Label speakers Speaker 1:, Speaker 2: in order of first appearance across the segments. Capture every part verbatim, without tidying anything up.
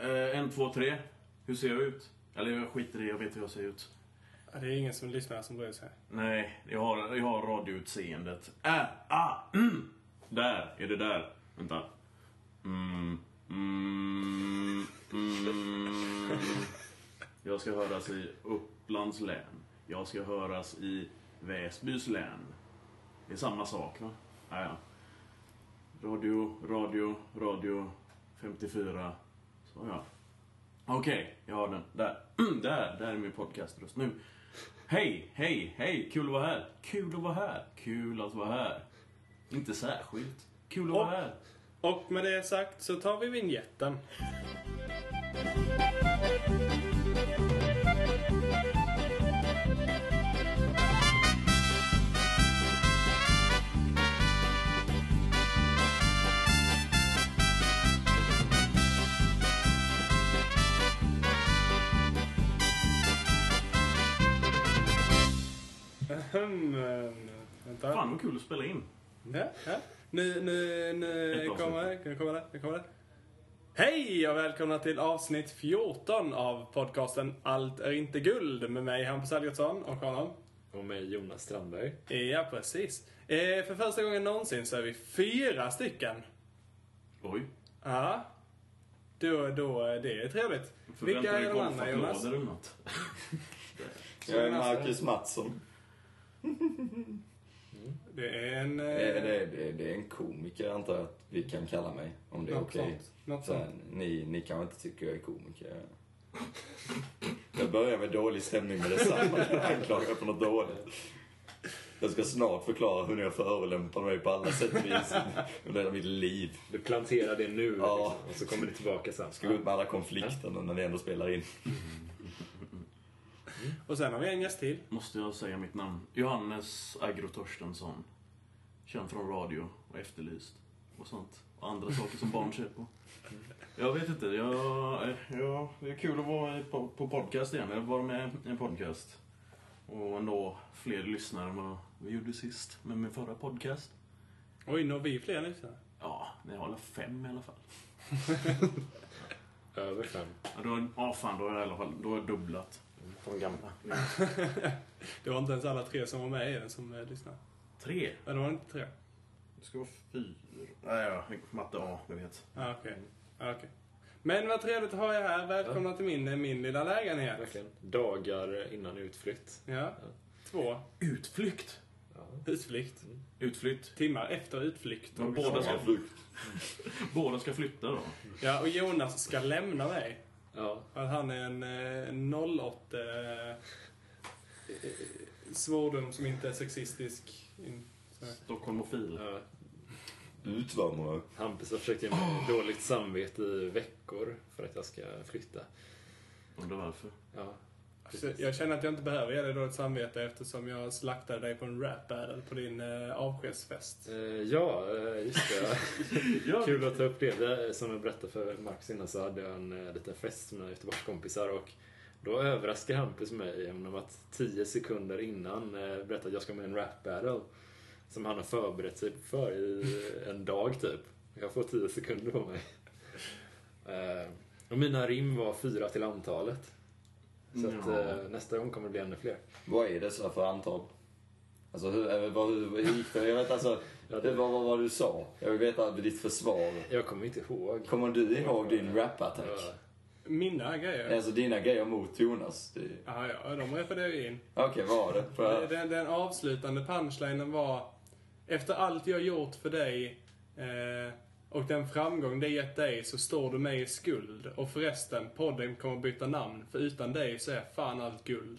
Speaker 1: Eh, en, två, tre. Hur ser jag ut? Eller jag skiter i, jag vet hur jag ser ut.
Speaker 2: Det är ingen som lyssnar som bryr sig.
Speaker 1: Nej, jag har, jag har radioutseendet. Äh, ah, mm. Där, är det där. Vänta. Mm, mm, mm. Jag ska höras i Upplands län. Jag ska höras i Väsbys län. Det är samma sak, va? Ah, ja. Radio, radio, radio femtiofyra. Så ja. Okej, okay, jag har den. Där, där, där är min podcaströst nu. Hej, hej, hej, kul att vara här. Kul att vara här. Kul att vara här. Inte särskilt. Kul att vara här.
Speaker 2: Och med det sagt så tar vi vignetten.
Speaker 1: Vänta. Fan vad kul att spela in.
Speaker 2: Ja, ja. Nu, nu, nu kommer det, nu kommer det, nu kommer det. Hej och välkomna till avsnitt fjorton av podcasten Allt är inte guld med mig Hampus Algertsson och honom.
Speaker 3: Och mig Jonas Strandberg.
Speaker 2: Ja, precis. Eh, för första gången någonsin så är vi fyra stycken.
Speaker 1: Oj.
Speaker 2: Ja. Då, då, det är trevligt. Vilka är de andra, Jonas?
Speaker 1: Eller något?
Speaker 4: Jag är Marcus Mattsson.
Speaker 2: Det är en... Eh...
Speaker 4: Det, är, det, är, det är en komiker antar jag att vi kan kalla mig. Om det är okej. Okay. Ni, ni kan inte tycka jag är komiker. Jag börjar med dålig stämning med detsamma. Jag anklagar på något dåligt. Jag ska snart förklara hur ni har förolämpat mig på alla sätt och vis under mitt liv.
Speaker 3: Du planterar det nu
Speaker 4: ja.
Speaker 3: Liksom, och så kommer det tillbaka sen.
Speaker 4: Ska gå ut med alla konflikterna när ni ändå spelar in.
Speaker 2: Mm. Och sen har vi en gäst till.
Speaker 1: Måste jag säga mitt namn? Johannes Agro Torstensson. Känd från radio och efterlyst. Och sånt. Och andra saker som barn ser på. Jag vet inte. Jag, jag, det är kul att vara på, på podcast igen. Jag var med i en podcast. Och nå fler lyssnare än vad vi gjorde sist med min förra podcast.
Speaker 2: Oj, når vi fler lyssnare?
Speaker 1: Ja, ni har alla fem i alla fall.
Speaker 3: Över fem.
Speaker 1: Ja, då, ja fan, då är det i alla fall då är det dubblat.
Speaker 3: Från gamla.
Speaker 2: Det var inte ens alla tre som var med i den som eh, lyssnade.
Speaker 1: Tre?
Speaker 2: Ja, det var inte tre.
Speaker 1: Det ska vara fyra. Nej, ja, matte A, jag vet.
Speaker 2: Ja, okej. Okay. Ja, okay. Men vad trevligt att ha er här. Välkomna ja. till min, min lilla lägenhet.
Speaker 3: Verkligen. Dagar innan utflytt.
Speaker 2: Ja. ja. Två.
Speaker 1: Utflykt?
Speaker 2: Ja. Utflykt.
Speaker 1: Mm. Utflytt.
Speaker 2: Timmar efter utflykt.
Speaker 1: Och båda ska flytta. Båda ska flytta då.
Speaker 2: Ja, och Jonas ska lämna mig.
Speaker 3: Ja.
Speaker 2: Att han är en eh, noll åtta eh, svordom som inte är sexistisk. In,
Speaker 1: Stockholmofil.
Speaker 3: Ja.
Speaker 4: Utvandrare.
Speaker 3: Hampus har försökt ge mig oh. dåligt samvete i veckor för att jag ska flytta.
Speaker 1: Undrar varför?
Speaker 3: Ja.
Speaker 2: Så jag känner att jag inte behöver ge dig dåligt samvete eftersom jag slaktade dig på en rap battle på din eh, avskedsfest.
Speaker 3: Eh, ja, just det. ja. Kul att ta upp det. det. Som jag berättade för Max innan så hade jag en eh, liten fest med mina Göteborgskompisar och då överraskade Hampus mig genom att tio sekunder innan eh, berättade att jag ska med en rap battle som han har förberett sig för i en dag typ. Jag får tio sekunder på mig. Eh, och mina rim var fyra till antalet. Så att ja. eh, nästa gång kommer det bli ännu fler.
Speaker 4: Vad är det så för antal? Alltså hur, vad, hur gick det? Jag vet alltså, ja, det var vad, vad du sa. Jag vill veta ditt försvar.
Speaker 3: Jag kommer inte ihåg.
Speaker 4: Kommer du ihåg din rap-attack?
Speaker 3: Ja.
Speaker 2: Mina grejer?
Speaker 4: Alltså dina grejer mot Jonas. Det...
Speaker 2: Ja, ja, de rättade jag in.
Speaker 4: Okej, okay, vad var det? För...
Speaker 2: Den, den avslutande punchlinen var: efter allt jag gjort för dig eh, och den framgång det gett dig så står du mig i skuld. Och förresten, podden kommer byta namn. För utan dig så är fan allt guld.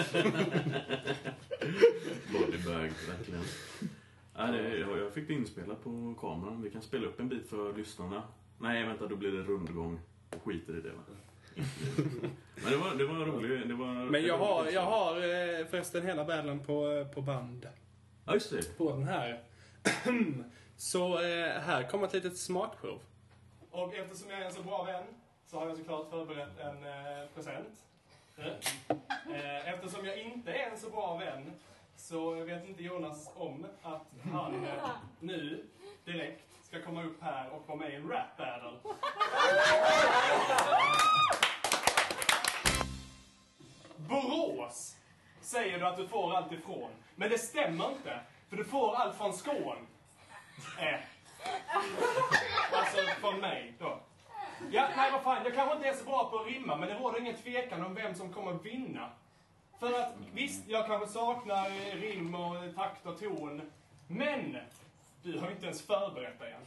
Speaker 1: Bodybag, verkligen. Ja, det, jag, jag fick det inspelat på kameran. Vi kan spela upp en bit för lyssnarna. Nej, vänta, då blir det rundgång. Och skiter i det, va? Men det var, det var roligt. Det var,
Speaker 2: Men jag har, jag har förresten hela battlen på, på band.
Speaker 1: Ja, just det.
Speaker 2: På den här. Så eh, här kommer ett litet smakprov. Och eftersom jag är en så bra vän så har jag såklart förberett en eh, present. Eh, eftersom jag inte är en så bra vän så vet inte Jonas om att han eh, nu direkt ska komma upp här och vara med i en rap battle. att du får allt ifrån. Men det stämmer inte. För du får allt från Skåne. Eh. Alltså från mig då. Ja, nej vad fan. Jag kanske inte är så bra på att rimma. Men det råder ingen tvekan om vem som kommer vinna. För att visst, jag kanske saknar rim och takt och ton. Men du har inte ens förberett dig än.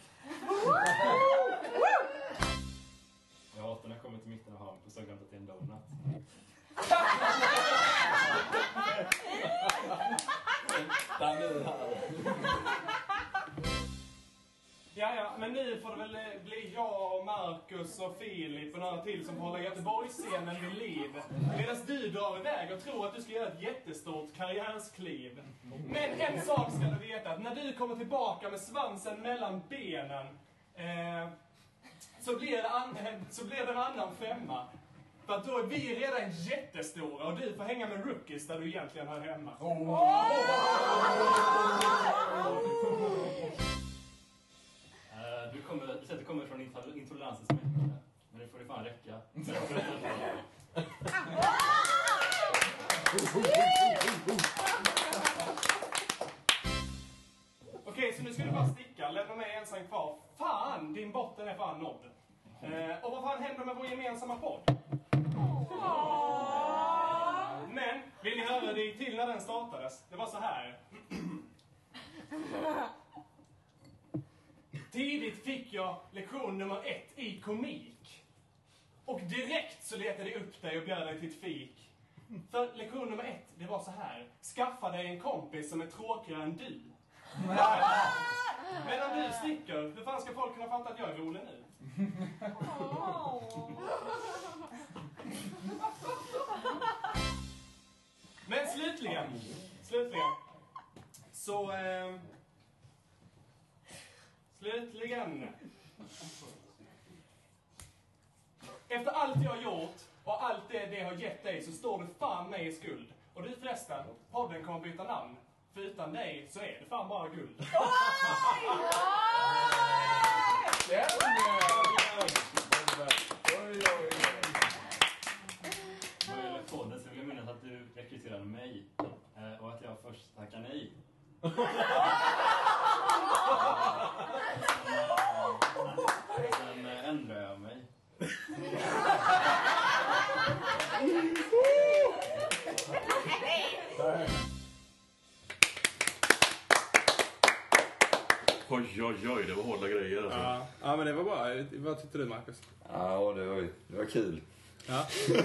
Speaker 3: Jag hatar när jag kommer till mitten av Hampus och glömt att det är en donut.
Speaker 2: Ja, ja, men nu får det väl bli jag och Marcus och Filip och några till som får hålla Göteborgsscenen vid liv. Medan du drar iväg och tror att du ska göra ett jättestort karriärskliv. Men en sak ska du veta, att när du kommer tillbaka med svansen mellan benen eh, så, blir det an- så blir det en annan femma. För att då är vi redan jättestora och du får hänga med rookies där du egentligen hör hemma. Oh.
Speaker 3: Du, kommer, du säger att du kommer från intoleransens människa. Men det får det fan räcka.
Speaker 2: Okej, så nu ska du bara sticka. Lämna mig ensam kvar. Fan, din botten är fan nådd. Eh, och vad fan händer med vår gemensamma podd? Men, vill ni höra det till när den startades? Det var så här. Tidigt fick jag lektion nummer ett i komik. Och direkt så letade jag upp dig och bjöd dig till ett fik. För lektion nummer ett, det var så här. Skaffa dig en kompis som är tråkigare än du. Men om du sticker, hur fan ska folk kunna fatta att jag är rolig nu? Men slutligen, slutligen, så... Eh, slutligen. Efter allt jag har gjort och allt det det har gett dig så står du fan mig i skuld. Och du förresten, podden kommer byta namn. För utan dig så är det fan bara guld.
Speaker 3: Vad gäller podden så vill jag minnas att du rekryterade mig. Och att jag först tackade nej. Sen ändrade jag mig.
Speaker 1: Oj, oj, oj, det var hårda grejer alltså.
Speaker 2: Ja, ja men det var bra. Vad tyckte du, Marcus?
Speaker 4: Ja, det var, det var kul.
Speaker 2: Ja.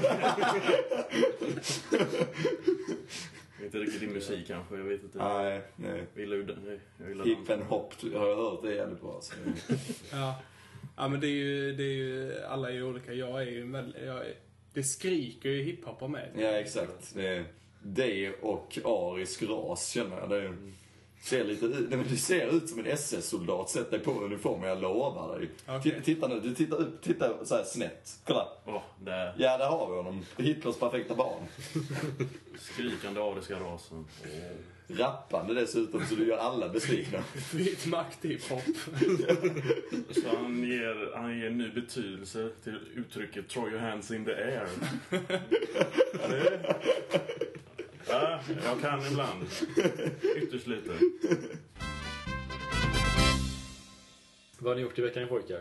Speaker 1: Inte riktigt din musik kanske, jag vet inte.
Speaker 4: Nej, nej.
Speaker 1: Jag gillar ju den.
Speaker 4: Hippen hopp, har jag hört, det är jävligt bra. Så.
Speaker 2: Ja. Ja, men det är ju, det är ju, alla är ju olika. Jag är ju, jag är, det skriker ju hiphop av mig.
Speaker 4: Ja, exakt. Det är det och arisk ras, känner jag. Det är, ser lite, du ser ut som en S S-soldat. Sätt dig på uniformen, jag lovar dig. Okay. Titta nu, du tittar upp, titta så här snett. Kolla.
Speaker 1: Oh, där.
Speaker 4: Ja, där har vi honom. Hitlers perfekta barn.
Speaker 1: Skrikande ariska rasen. Oh.
Speaker 4: Rappande dessutom, så du gör alla besvikna.
Speaker 2: Fritt makt hiphop.
Speaker 1: Så han ger, han ger ny betydelse till uttrycket throw your hands in the air. Det, ja, jag kan ibland. Ytterst lite.
Speaker 3: Vad har ni gjort i veckan, pojkar?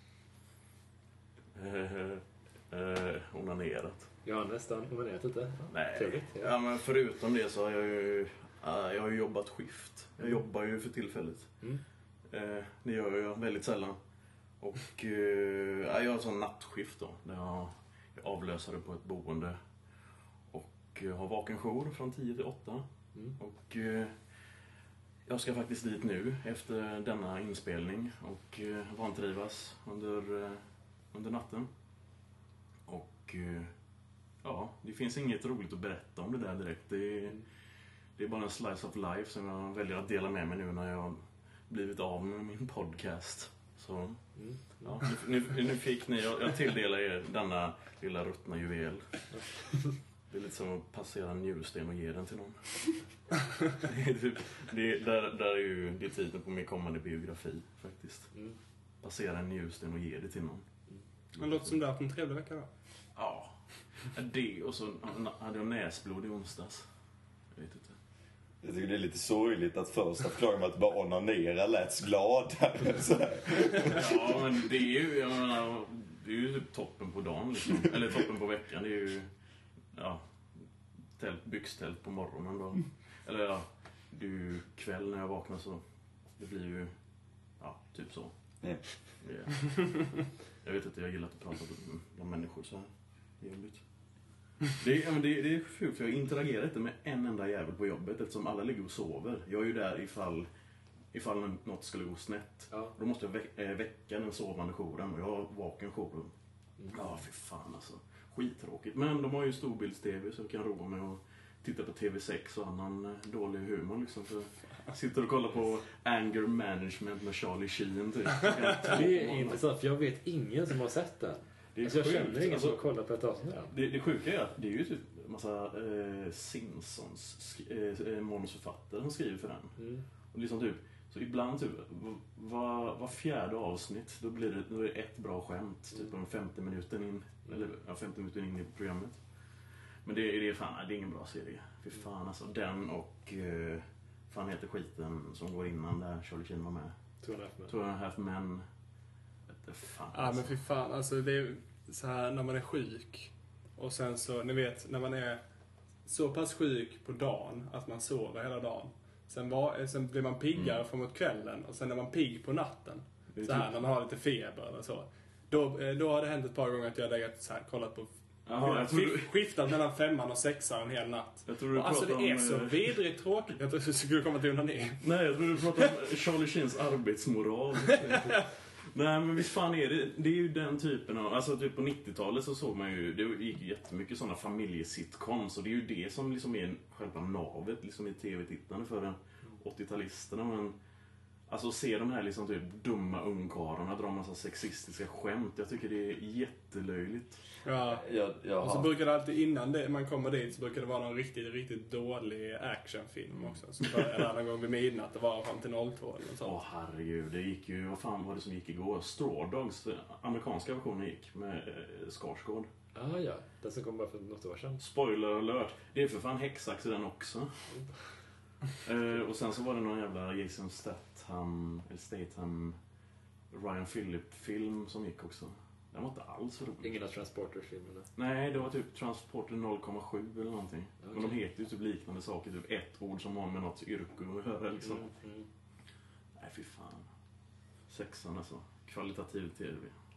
Speaker 1: Eh, eh, onanerat.
Speaker 3: Jag har nästan onanerat lite.
Speaker 1: Nej.
Speaker 3: Trevligt, ja.
Speaker 1: Ja, men förutom det så har jag ju, jag har ju jobbat skift. Jag jobbar ju för tillfället. Mm. Eh, det gör jag väldigt sällan. Och eh, jag har sån nattskift då. Där jag, jag avlösade på ett boende. Och har vakenjour från tio till åtta. Mm. Och eh, jag ska faktiskt dit nu efter denna inspelning. Och eh, vantrivas under, eh, under natten. Och eh, ja, det finns inget roligt att berätta om det där direkt. Det är, det är bara en slice of life som jag väljer att dela med mig nu när jag har blivit av med min podcast. Så mm. ja, nu, nu fick ni, jag, jag tilldelar er denna lilla ruttna juvel. Det är lite som att passera en njursten och ge den till någon. Det är typ, det, där, där är ju det titeln på min kommande biografi faktiskt. Mm. Passera en njursten och ge det till någon.
Speaker 2: Det låter som du har haft en trevlig vecka då.
Speaker 1: Ja, det och så hade jag näsblod i onsdags. Jag vet inte.
Speaker 4: Jag tycker det är lite sorgligt att första förklaringen med att bara onanera läts glad.
Speaker 1: Ja, men det är ju, jag menar, det är ju typ toppen på dagen liksom. Eller toppen på veckan. Det är ju, ja, tält, byxtält på morgonen då. Eller ja, det är ju kväll när jag vaknar så det blir ju, ja, typ så.
Speaker 4: Yeah.
Speaker 1: Yeah. Jag vet inte, jag gillar att prata med människor så här. Det är jobbigt. Det är, men det, det är sjukt för jag interagerar inte med en enda jävel på jobbet eftersom alla ligger och sover. Jag är ju där ifall, ifall något skulle gå snett.
Speaker 3: Ja.
Speaker 1: Då måste jag vä- äh, väcka den sovande jouren och jag har vaken jour. Ja, mm. ah, fy fan alltså. Skittråkigt. Men de har ju storbilds-tv så jag kan roa mig och titta på T V sex och annan eh, dålig humor liksom. För jag sitter och kollar på Anger Management med Charlie Sheen typ.
Speaker 3: Det är intressant för jag vet ingen som har sett den.
Speaker 1: Det är
Speaker 3: alltså, jag
Speaker 1: sjukt.
Speaker 3: känner ingen
Speaker 1: Alltså,
Speaker 3: som har kollat på ett avsnitt.
Speaker 1: Det, det sjuka är att det är ju typ en massa eh, Simpsons sk- eh, manusförfattare som skriver för den. Mm. Och liksom typ, så ibland typ, var, var fjärde avsnitt, då blir det, då är det ett bra skämt. Typ om femtio minuter in, eller ja, femtio minuter in i programmet. Men det, det är fan, det är ingen bra serie. Fy fan alltså, den och eh, fan heter skiten som går innan där Charlie Sheen var med.
Speaker 3: Two and a half men.
Speaker 1: Two and a half men. Fan,
Speaker 2: ja alltså. Men fy fan, alltså det är så här när man är sjuk och sen så, ni vet, när man är så pass sjuk på dagen att man sover hela dagen. Sen, var, sen blir man piggare mm. framåt kvällen och sen är man pigg på natten. Så här, när man har lite feber eller så. Då, då har det hänt ett par gånger att jag har legat så här, kollat på
Speaker 1: Aha, jag
Speaker 2: du... skiftat mellan femman och sexan en hel natt.
Speaker 1: Jag tror du
Speaker 2: alltså det
Speaker 1: om...
Speaker 2: är så vidrigt tråkigt. Jag tror du skulle komma till undan ner.
Speaker 1: Nej, jag tror du pratar om Charlie Sheens arbetsmoral. Nej, men visst fan är det, det är ju den typen av, alltså typ på nittiotalet så såg man ju, det gick jättemycket sådana familjesitcoms och det är ju det som liksom är själva navet liksom i tv-tittande för en åttio-talisterna, men alltså se de här liksom typ dumma ungkarlarna dra en massa sexistiska skämt, jag tycker det är jättelöjligt.
Speaker 2: Ja,
Speaker 4: jag, jag
Speaker 2: och så brukar det alltid innan det, man kommer dit så brukar det vara någon riktigt, riktigt dålig actionfilm också. Så börjar en annan gång vid midnatt, det var fram till noll två eller något sånt.
Speaker 1: Åh herregud, det gick ju, vad fan var det som gick igår? Straw Dogs, amerikanska versionen gick med eh, Skarsgård.
Speaker 3: Ah, ja, den som kom bara för något år sedan.
Speaker 1: Spoiler alert, det är för fan häxax i den också. Mm. eh, och sen så var det någon jävla Jason Statham, eller Statham, Ryan Phillip-film som gick också. Den var inte alls för rolig.
Speaker 3: Ingen av Transporter-filmerna?
Speaker 1: Nej, det var typ Transporter noll komma sju eller någonting. Okay. Men de heter ju typ liknande saker, typ ett ord som har med något yrke att göra liksom. Mm, mm. Nej, fy fan. Sexan alltså. Kvalitativ tv.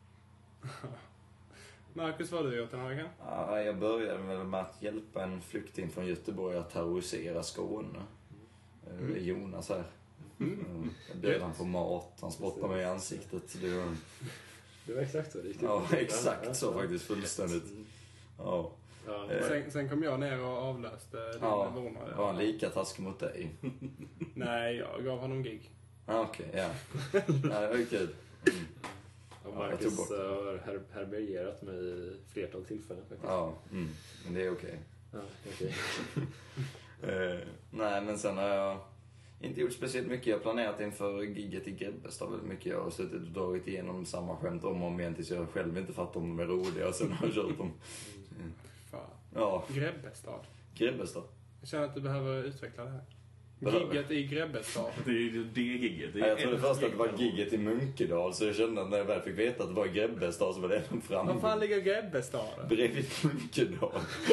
Speaker 2: Marcus, vad har du gjort den här veckan?
Speaker 4: Ja, jag började med att hjälpa en flykting från Göteborg att terrorisera Skåne. Mm. Det är Jonas här. Mm. Jag bjöd han på mat, han spottade mig i ansiktet. Det var...
Speaker 3: Det var exakt så det gick.
Speaker 4: Ja, exakt så faktiskt, fullständigt. Ja.
Speaker 2: Ja. Sen, sen kom jag ner och avlöste din
Speaker 4: ja.
Speaker 2: vårdnad.
Speaker 4: Var han lika taskig mot dig?
Speaker 2: Nej, jag gav honom gig.
Speaker 4: Ah, okej, okay, ja. Ja, det var ju kul. Mm.
Speaker 3: Ja, Marcus ja, har her- herbergerat mig i flertal tillfällen faktiskt.
Speaker 4: Ja, mm. Men det är okej.
Speaker 3: Okay. Ja, okej.
Speaker 4: Okay. uh, nej, men sen har jag inte gjort speciellt mycket. Jag har planerat inför gigget i Grebbestad väldigt mycket. Jag har suttit och dragit igenom samma skämt om och om igen tills jag själv inte fattar om de är roliga och sen har jag kört dem.
Speaker 2: Mm. Fan.
Speaker 4: Ja.
Speaker 2: Grebbestad.
Speaker 4: Grebbestad.
Speaker 2: Jag känner att du behöver utveckla det här.
Speaker 4: Behöver.
Speaker 2: Gigget i Grebbestad.
Speaker 1: Det är ju det gigget. Det är
Speaker 4: Nej, jag trodde först att det var gigget i Munkedal, så jag kände att när jag väl fick veta att det var i Grebbestad så var det en framgång.
Speaker 2: Var fan ligger Grebbestad?
Speaker 4: Bredvid Munkedal.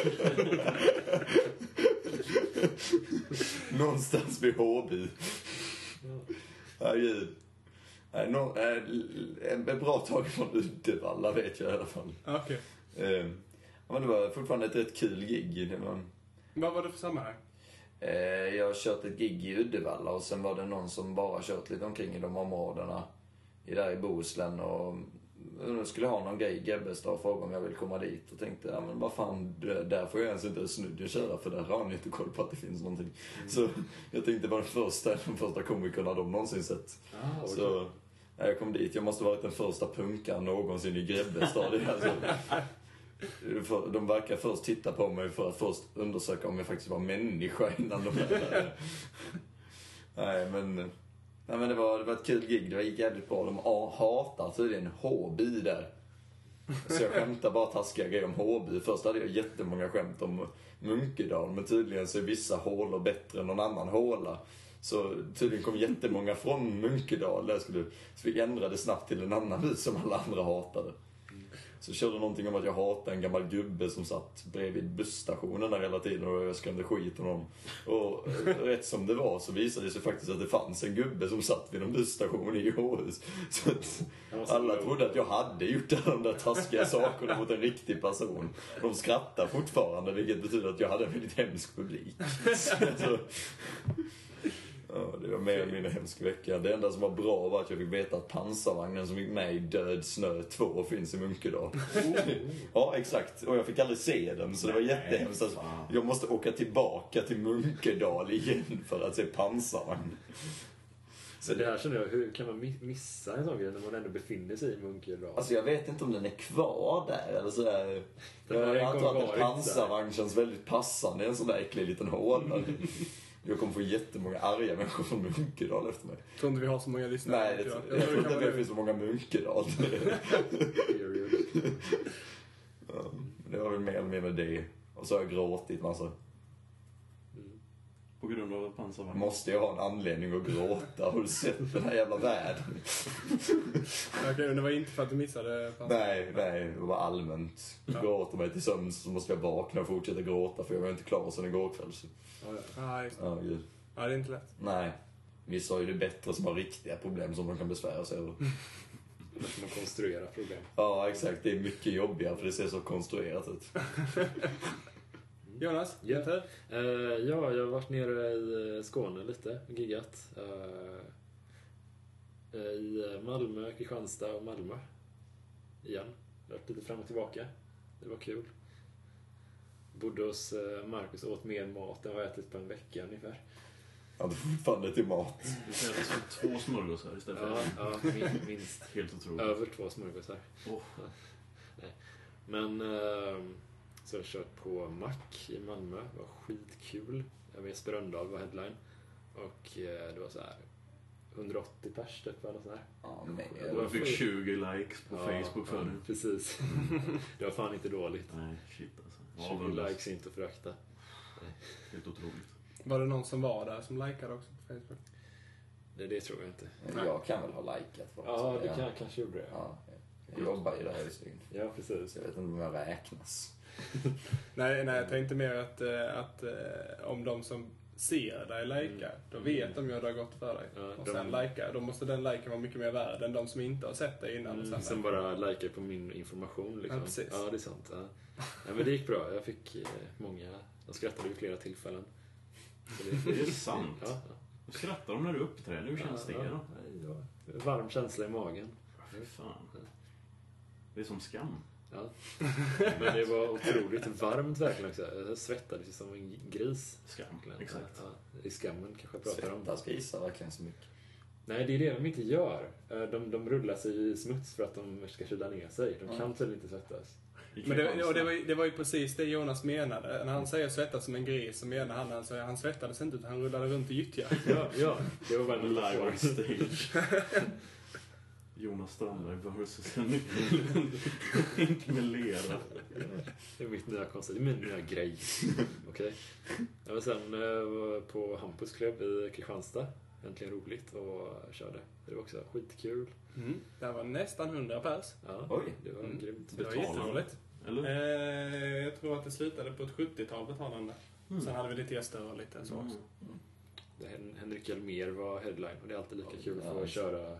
Speaker 4: Någonstans vid Håby. Herregud. Nej, no, äh, en bra tag från Uddevalla vet jag i alla fall.
Speaker 2: Okej.
Speaker 4: Okay. Eh, men det var fortfarande ett rätt kul gig. Det var...
Speaker 2: Vad var det för sammanhang?
Speaker 4: Eh, jag har kört ett gig i Uddevalla och sen var det någon som bara kört lite omkring i de områdena i där i Bohuslän och jag skulle ha någon grej i Grebbestad och fråga om jag vill komma dit och tänkte, ja men vad fan, där får jag ens inte snudden köra för där har han inte koll på att det finns någonting. Mm. Så jag tänkte vara den första, den första komikerna de någonsin sett.
Speaker 3: Ah, okay.
Speaker 4: Så ja, jag kom dit, jag måste varit den första punkaren någonsin i Grebbestad. Alltså, för, de verkar först titta på mig för att först undersöka om jag faktiskt var människa innan de här. Nej men, nej men det var, det var ett kul gig, det gick jävligt bra. De hatar tydligen Håby där. Så jag skämtar bara taskiga grejer om Håby. Först hade jag jättemånga skämt om Munkedal, men tydligen så är vissa hålor bättre än någon annan håla. Så tydligen kom jättemånga från Munkedal. Där skulle, så vi ändrade snabbt till en annan by som alla andra hatade. Så jag körde någonting om att jag hatade en gammal gubbe som satt bredvid busstationen där hela tiden och jag skrämde skit om dem. Och rätt som det var så visade det sig faktiskt att det fanns en gubbe som satt vid en busstation i Åhus. Så att alla trodde att jag hade gjort de där taskiga sakerna mot en riktig person. De skrattar fortfarande, vilket betyder att jag hade en väldigt hemsk publik. Så, ja, det var mer än min hemsk vecka. Det enda som var bra var att jag fick veta att pansarvagnen som gick med i Död snö två finns i Munkedal. Ja, exakt. Och jag fick aldrig se den, så det var jättehemskt. Alltså, jag måste åka tillbaka till Munkedal igen för att se pansarvagn.
Speaker 3: Så det här känner jag, hur kan man missa en sån grej när man ändå befinner sig i Munkedal?
Speaker 4: Alltså jag vet inte om den är kvar där eller sådär. Jag antar att en pansarvagn känns väldigt passande i en sån där äcklig liten håla. Jag kommer få jättemånga arga människor från Munkedal efter mig.
Speaker 2: Jag tror inte vi har så många lyssnare.
Speaker 4: Nej, det, jag, jag, jag tror inte att det finns så många Munkedal. Ja, det var väl mer eller mindre det. Och så har jag gråtit massa.
Speaker 1: Mm. På grund av pansarvagn.
Speaker 4: Måste jag ha en anledning att gråta? Har du sett den här jävla världen?
Speaker 2: Okej, okay, det var inte för att du missade pansarvagn.
Speaker 4: Nej, nej, det var allmänt. Ja. Gråter mig till sömns så måste jag vakna och fortsätta gråta för jag var inte klar sedan igår kväll. Så.
Speaker 2: Ja, ja, just det.
Speaker 4: Ja, gud.
Speaker 2: Ja, det är inte lätt.
Speaker 4: Nej. Vissa har ju det bättre som har riktiga problem som de kan besvära sig över.
Speaker 3: Man konstruerar problem.
Speaker 4: Ja, exakt. Det är mycket jobbigare för det ser så konstruerat ut.
Speaker 2: Jonas,
Speaker 3: ja. Uh, ja, jag har varit nere i Skåne lite och giggat. Uh, I Malmö, Kristianstad och Malmö. Igen. Jag har varit lite fram och tillbaka. Det var kul. Bodde hos Marcus och åt mer mat än vad jag ätit på en vecka ungefär.
Speaker 4: Ja, det är fortfarande till mat.
Speaker 1: Du säger att det är två smörgåsar istället för
Speaker 3: ja, ja, min, minst.
Speaker 1: Helt otroligt.
Speaker 3: Över två smörgåsar.
Speaker 1: Oh.
Speaker 3: Ja. Nej. Men eh, så har jag kört på Mack i Malmö. Det var skitkul. Jag med Jesper Rönndahl var headline. Och eh, det var så här hundraåttio pers typ eller så här.
Speaker 4: Ja, men
Speaker 1: jag fick tjugo likes på
Speaker 3: ja,
Speaker 1: Facebook för
Speaker 3: ja,
Speaker 1: det.
Speaker 3: Precis. Det var fan inte dåligt.
Speaker 1: Nej, shit alltså.
Speaker 3: tjugo likes är inte att förakta.
Speaker 1: Helt otroligt.
Speaker 2: Var det någon som var där som likade också på Facebook?
Speaker 3: Det, det tror jag inte.
Speaker 4: Men jag kan väl ha likat.
Speaker 3: Ja, du kan, kanske gjorde det.
Speaker 4: Ja, jag jobbar ju där i syn.
Speaker 3: Ja, precis.
Speaker 4: Jag vet inte om jag räknas.
Speaker 2: nej, nej, jag tänkte mer att, att, att om de som ser dig likar, mm. då vet de ju att det har gått för dig. Ja, och sen de... likar, då måste den liken vara mycket mer värd än de som inte har sett dig innan.
Speaker 3: Mm,
Speaker 2: sen
Speaker 3: som bara likar på min information liksom.
Speaker 2: Ja, precis.
Speaker 3: Ja, det är sant. Ja. Ja, men det gick bra. Jag fick eh, många, de skrattade vid flera tillfällen.
Speaker 1: Det, det är sant.
Speaker 3: Ja, ja.
Speaker 1: Skrattar de när du uppträder? Hur känns
Speaker 3: ja,
Speaker 1: det då?
Speaker 3: Ja, ja. Varm känsla i magen.
Speaker 1: Fy fan. Det är som Skam.
Speaker 3: Ja. Men det var otroligt varmt verkligen också. Jag svettades som en gris.
Speaker 1: Skam, exakt.
Speaker 3: Ja, i Skammen kanske jag pratar om.
Speaker 4: Svettas grisar verkligen så mycket.
Speaker 3: Nej, det är det de inte gör. De, de rullar sig i smuts för att de ska kyla ner sig. De kan mm. tydligen inte svettas.
Speaker 2: Men det, och det, var ju, det var ju precis det Jonas menade. När han säger svettas som en gris så menar han alltså han svettades inte utan han rullade runt i gyttja.
Speaker 3: Ja, ja, det var bara en
Speaker 1: live on stage. Jonas Strandberg versus en inte med lera.
Speaker 3: Det är mitt nya koncept, det är min nya grej. Okej. Okay. Jag var sen uh, på Hampus klubb i Kristianstad. Äntligen roligt och körde. Det var också skitkul.
Speaker 2: Mm. Det var nästan hundra pers.
Speaker 3: Ja,
Speaker 4: oj,
Speaker 3: det var mm. grymt.
Speaker 2: Det var jätteroligt.
Speaker 1: Eller?
Speaker 2: Eh, jag tror att det slutade på ett sjuttiotal betalande. Mm. Sen hade vi lite gäster och lite så också.
Speaker 3: Mm. Mm. Henrik Elmer var headline och det är alltid lika kul för att köra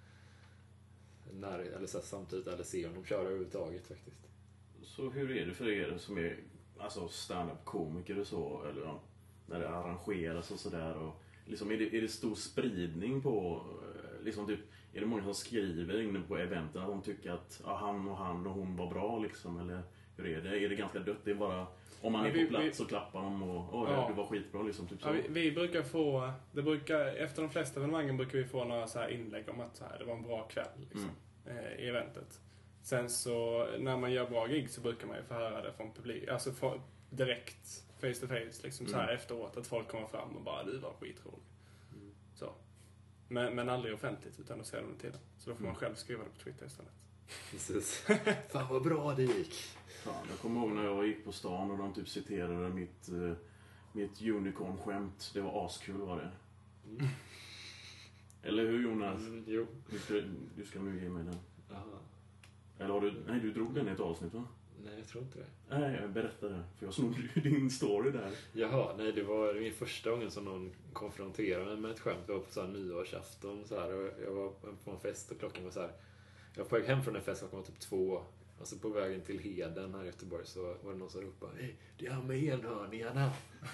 Speaker 3: när, eller så samtidigt eller se honom köra överhuvudtaget faktiskt.
Speaker 1: Så hur är det för er som är alltså stand-up-komiker och så, eller ja, när det arrangeras och sådär och liksom, är det, är det stor spridning på liksom typ, är det många som skriver inne på eventen att de tycker att ja, han och han och hon var bra liksom, eller hur är det? Är det ganska dött? Det är bara om man är
Speaker 2: vi,
Speaker 1: på plats
Speaker 2: vi,
Speaker 1: så klappar de och åh, ja. Du var skitbra liksom typ så.
Speaker 2: Ja, vi, vi brukar få det brukar efter de flesta evenemangen brukar vi få några så här inlägg om att så här, det var en bra kväll liksom, mm. eh, i eventet. Sen så när man gör bra gig så brukar man ju få höra det från publik, alltså för, direkt face to face liksom mm. så här efteråt att folk kommer fram och bara du var skitrolig. Mm. Så. Men, men aldrig offentligt utan då ser de det till. Så då får man själv skriva det på Twitter istället.
Speaker 3: Precis. Fan vad bra det gick.
Speaker 1: Fan, jag kommer ihåg när jag gick på stan och de typ citerade mitt, uh, mitt unicorn-skämt. Det var askul var det. Mm. Eller hur Jonas?
Speaker 3: Mm, jo.
Speaker 1: Du ska, du ska nu ge mig den.
Speaker 3: Aha.
Speaker 1: Eller har du, nej du drog den i ett avsnitt va?
Speaker 3: Nej, jag tror inte det.
Speaker 1: Nej, jag berättade. För jag snodde ju din story där.
Speaker 3: Jaha, nej det var min första gången som någon konfronterade mig med ett skämt. Jag var på så här nyårsafton så här, och jag var på en fest och klockan var så här. Jag var på väg hem från en fest, klockan var typ två. Och så på vägen till Heden här i Göteborg så var det någon som ropade hej, det är han med enhörningarna.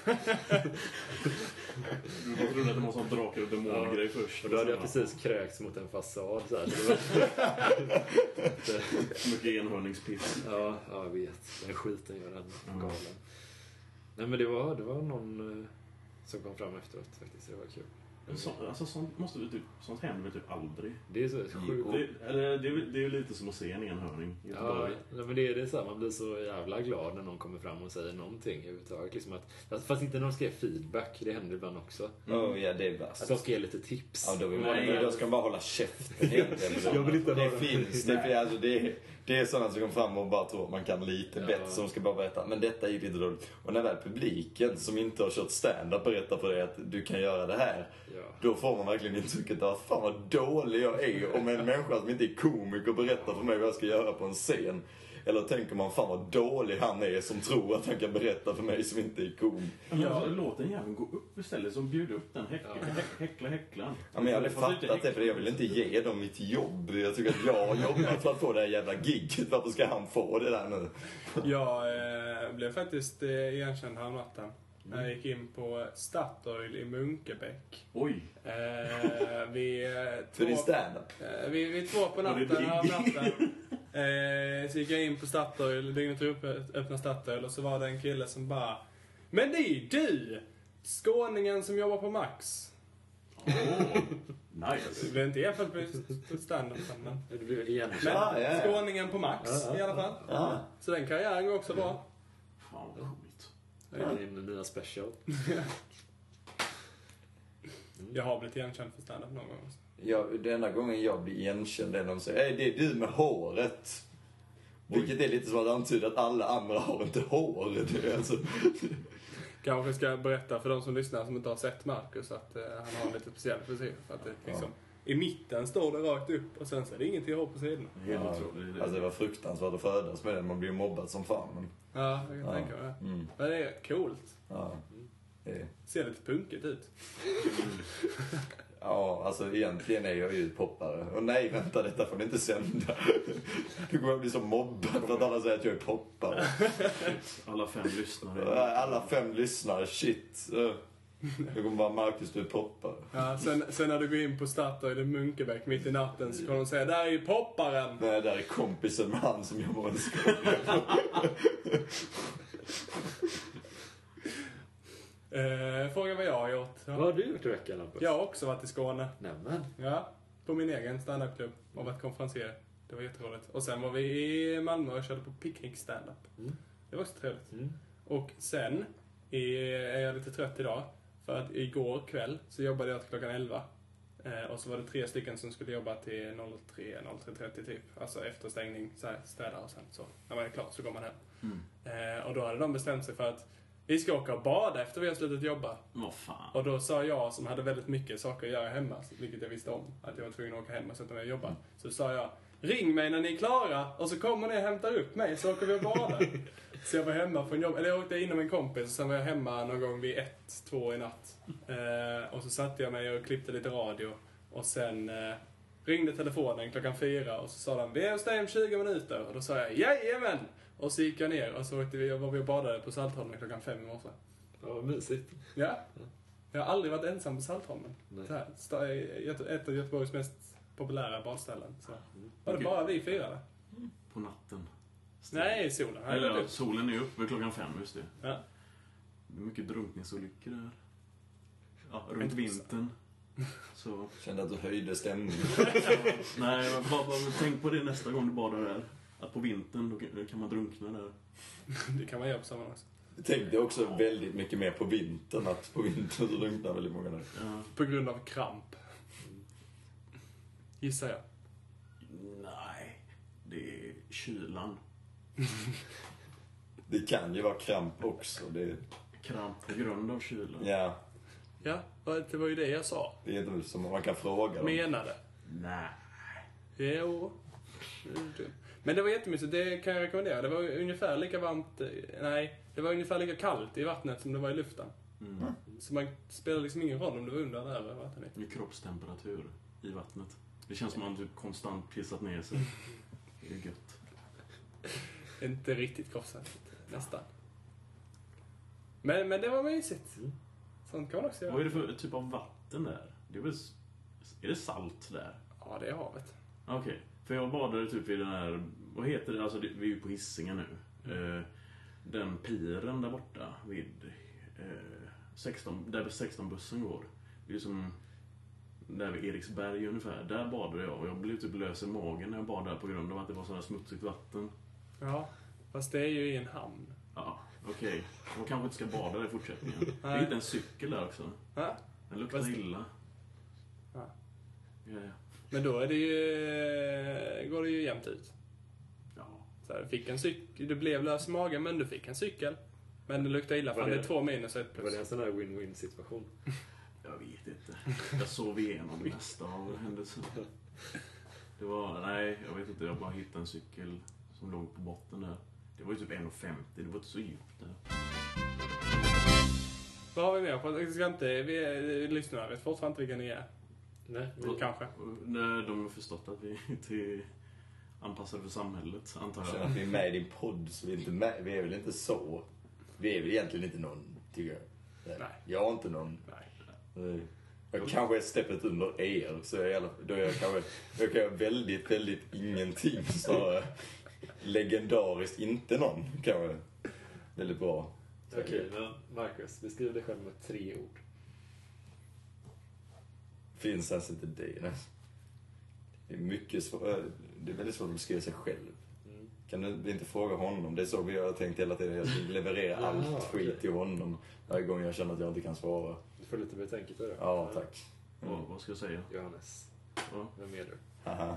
Speaker 1: Du trodde att det var sån drakar och demon-grej ja, först.
Speaker 3: Och då hade jag precis kräkts mot en fasad så här. Så det var
Speaker 1: mycket enhörningspiss.
Speaker 3: Ja, ja, jag vet. Den skiten gör den mm. galen. Nej men det var, det var någon som kom fram efteråt faktiskt. Det var kul.
Speaker 1: Så, alltså sånt, måste vi typ, sånt händer väl typ aldrig.
Speaker 3: Det är så sjukt.
Speaker 1: Det, eller, det, är, det är ju lite som att se en enhörning i Göteborg.
Speaker 3: Ja, men det är det så här, man blir så jävla glad när någon kommer fram och säger någonting överhuvudtaget. Liksom att, fast inte när de ska ge feedback, det händer ibland också.
Speaker 4: Mm. Oh, ja, det är värst.
Speaker 3: Att de ska ge lite tips.
Speaker 4: Ja, då, vill man, Nej, då ska man bara hålla käften.
Speaker 3: Jag vill inte
Speaker 4: det finns, det, är, alltså, det, är, det är sådana som kommer fram och bara tror att man kan lite ja. bättre, som ska bara berätta, men detta är ju lite roligt. Och när väl publiken som inte har kört stand-up berättar för dig att du kan göra det här, ja. då får man verkligen intrycket att fan vad dålig jag är om en människa som inte är komiker berättar för mig vad jag ska göra på en scen. Eller tänker man fan vad dålig han är som tror att han kan berätta för mig som inte är kom.
Speaker 1: Ja, låt den jäveln gå upp istället som bjuder upp den. Häck, ja. häck, häckla, häckla.
Speaker 4: Ja, men jag hade fattat det för jag vill inte ge dem mitt jobb. Jag tycker att jag jobbar för att få det här jävla gigget. Varför ska han få det där nu?
Speaker 2: Jag eh, blev faktiskt eh, igenkänd här natten. Mm. Jag gick in på Statoil i Munkebäck.
Speaker 1: Oj.
Speaker 2: Eh, vi, eh,
Speaker 4: för din stand-up?
Speaker 2: Eh, vi, vi två på natten här natten. Eh, så gick jag in på Statoil, dygnet upp, öppna Statoil och så var det en kille som bara men det är du! Skåningen som jobbar på Max.
Speaker 1: Oh, nice.
Speaker 2: Det blev inte jämfört på stand-up men,
Speaker 3: det blev igen.
Speaker 2: men ah, ja, ja. Skåningen på Max ja, ja, i alla fall.
Speaker 4: Ah.
Speaker 2: Så den karriären går också bra.
Speaker 1: Fan vad coolt.
Speaker 3: Det är din nya special.
Speaker 2: Jag har blivit igenkänd för stand-up någon gång också.
Speaker 4: Ja, den enda gången jag blir igenkänd är när de säger, det är du med håret. Vilket är lite som att antyda att alla andra har inte hår. Det är alltså...
Speaker 2: Kanske ska berätta för de som lyssnar som inte har sett Marcus att uh, han har en lite speciell frisyr. För att det, liksom, ja. I mitten står det rakt upp och sen så är det ingenting hår på sidan.
Speaker 4: Ja, alltså det var fruktansvärt att födas med den. Man blir mobbad som fan. Men...
Speaker 2: Ja, jag kan ja. tänka mig det. Mm. Men det är coolt.
Speaker 4: Ja. Det
Speaker 2: ser lite punkigt ut.
Speaker 4: Ja, alltså egentligen är jag ju poppare. Och nej, vänta, detta får ni inte sända. Du kommer att bli så mobbad för att alla säger att jag är poppare.
Speaker 1: Alla fem lyssnare.
Speaker 4: Alla fem lyssnare, shit. Det kommer bara Marcus, du är poppare.
Speaker 2: Ja, sen, sen när du går in på Statoil i Munkebäck mitt i natten så kan de säga, där är ju popparen.
Speaker 4: Nej, där är kompisen med han som jobbar med skolan.
Speaker 2: Eh, fråga vad jag har gjort.
Speaker 3: Ja. Vad har du gjort i veckan, Lampus?
Speaker 2: Jag har också varit i Skåne.
Speaker 3: Nämen.
Speaker 2: Ja, på min egen standup-klubb och varit konferenser. Det var jätteroligt. Och sen var vi i Malmö och körde på picknick standup. Mm. Det var också trevligt. Mm. Och sen är jag lite trött idag. För att igår kväll så jobbade jag till klockan elva. Eh, och så var det tre stycken som skulle jobba till tre trettio typ. Alltså efter stängning, så här, städar och sen så. När man är klar så går man hem. Mm. Eh, och då hade de bestämt sig för att vi ska åka och bada efter vi har slutat jobba.
Speaker 1: Vad fan.
Speaker 2: Och då sa jag, som hade väldigt mycket saker att göra hemma, vilket jag visste om, att jag var tvungen att åka hem och sätta mig och jobba. Mm. Så sa jag, ring mig när ni är klara och så kommer ni och hämtar upp mig så åker vi och bada. Så jag var hemma från jobb, eller jag åkte in med en kompis och sen var jag hemma någon gång vid ett, två i natt. Eh, och så satte jag mig och klippte lite radio och sen eh, ringde telefonen klockan fyra och så sa de, vi är hos dig om tjugo minuter. Och då sa jag, jajamän! Och så gick jag ner och så åkte vi, var vi och badade på Saltholmen klockan fem i morse.
Speaker 3: Ja, vad mysigt.
Speaker 2: Ja. Jag har aldrig varit ensam på Saltholmen. Så här, ett av Göteborgs mest populära badställen. Så var det bara vi fyra där.
Speaker 1: På natten.
Speaker 2: Nej, solen.
Speaker 1: Eller, ja, solen är uppe klockan fem, just det.
Speaker 2: Ja.
Speaker 1: Det är mycket drunkningsolyckor där. Ja, runt vintern. Så.
Speaker 4: Kände att du höjde stämningen.
Speaker 1: Nej, bara, bara, tänk på det nästa gång du badar där. Att på vintern då kan man drunkna där.
Speaker 2: Det kan man göra på samma också.
Speaker 4: Jag tänkte också väldigt mycket mer på vintern. Att på vintern så drunknar väldigt många där.
Speaker 2: Ja. På grund av kramp. Gissar jag.
Speaker 1: Nej. Det är kylan.
Speaker 4: Det kan ju vara kramp också. Det...
Speaker 1: Kramp på grund av kylan.
Speaker 4: Ja.
Speaker 2: Ja, det var ju det jag sa.
Speaker 4: Det är inte som man kan fråga dem.
Speaker 2: Menade.
Speaker 1: Nej.
Speaker 2: Jo. Men det var jättemysigt, det kan jag rekommendera. Det var ungefär lika varmt, nej, det var ungefär lika kallt i vattnet som det var i luften.
Speaker 1: Mm.
Speaker 2: Så man spelar liksom ingen roll om det var under eller över vattnet.
Speaker 1: Det är kroppstemperatur i vattnet. Det känns som att man typ konstant pissat ner sig. Det är gött.
Speaker 2: Inte riktigt kroppssäkert, nästan. Men, men det var mysigt.
Speaker 3: Mm.
Speaker 2: Sånt kan man också göra.
Speaker 1: Vad är det för typ av vatten där? Det är, väl, är det salt där?
Speaker 2: Ja, det är havet.
Speaker 1: Okej, okay. För jag badade typ i den här, vad heter det, alltså det, vi är ju på Hisingen nu. Mm. Eh, den piren där borta vid eh, sexton, där sexton bussen går. Det är som där vid Eriksberg ungefär. Där badade jag och jag blev typ lös i magen när jag badade på grund av att det var sådär smutsigt vatten.
Speaker 2: Ja, fast det är ju i en hamn.
Speaker 1: Ja, okej. Okay. Jag kanske inte ska bada där i fortsättningen. Det är inte en cykel där också.
Speaker 2: Ja.
Speaker 1: Den luktar fast... illa.
Speaker 2: Ja.
Speaker 1: Ja, ja.
Speaker 2: Men då är det ju, går det ju jämnt ut.
Speaker 1: Ja.
Speaker 2: Så här, fick en cykel, du blev lös i magen men du fick en cykel. Men det luktar illa för det, det är två minus och ett plus.
Speaker 3: Var det en sån här win-win situation?
Speaker 1: Jag vet inte. Jag sov igenom nästa av händelsen. Det var, nej, jag vet inte. Jag bara hittade en cykel som låg på botten där. Det var ju typ en femtio, det var inte så djupt där.
Speaker 2: Vad har vi mer på? Jag ska inte, vi lyssnar, vet fortfarande inte vilka ni är.
Speaker 3: Nej,
Speaker 2: vi, kanske.
Speaker 1: Nej, de har förstått att vi är till anpassade för samhället, antar jag.
Speaker 4: Jag känner att vi är med i din podd, så vi är, inte med, vi är väl inte så. Vi är väl egentligen inte någon, tycker jag.
Speaker 2: Nej.
Speaker 4: Jag har inte någon.
Speaker 2: Nej.
Speaker 4: Jag kanske är steppet under er, så jag, då är jag kanske jag kan väldigt, väldigt ingenting. Så legendariskt inte någon, kanske. Väldigt bra.
Speaker 3: Okej, okay, men Marcus, beskriv dig själv med tre ord.
Speaker 4: Finns alltså inte det. Nej. Det är mycket svårt. Det är väldigt svårt att beskriva sig själv. Mm. Kan du inte fråga honom? Det är så vi har tänkt hela tiden. Jag ska leverera allt ja, skit okay. till honom varje gång jag känner att jag inte kan svara.
Speaker 3: Du får lite betänket på det.
Speaker 4: Ja, tack.
Speaker 1: Mm. Ja, vad ska jag säga?
Speaker 3: Johannes.
Speaker 1: Ja.
Speaker 3: Vem är du?
Speaker 4: Haha.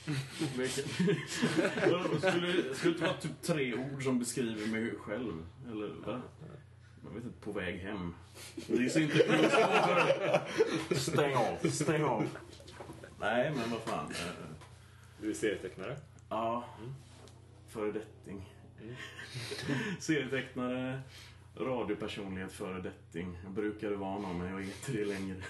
Speaker 1: skulle, skulle det vara typ tre ord som beskriver mig själv? Eller va? Jag vet inte, på väg hem. Det är så inte stäng av, stäng av. Nej, men vad fan.
Speaker 3: Du är serietecknare?
Speaker 1: Ja, mm. Föredetting. Mm. Serietecknare, radiopersonlighet, föredetting. Jag brukade vara någon, men jag är inte det längre.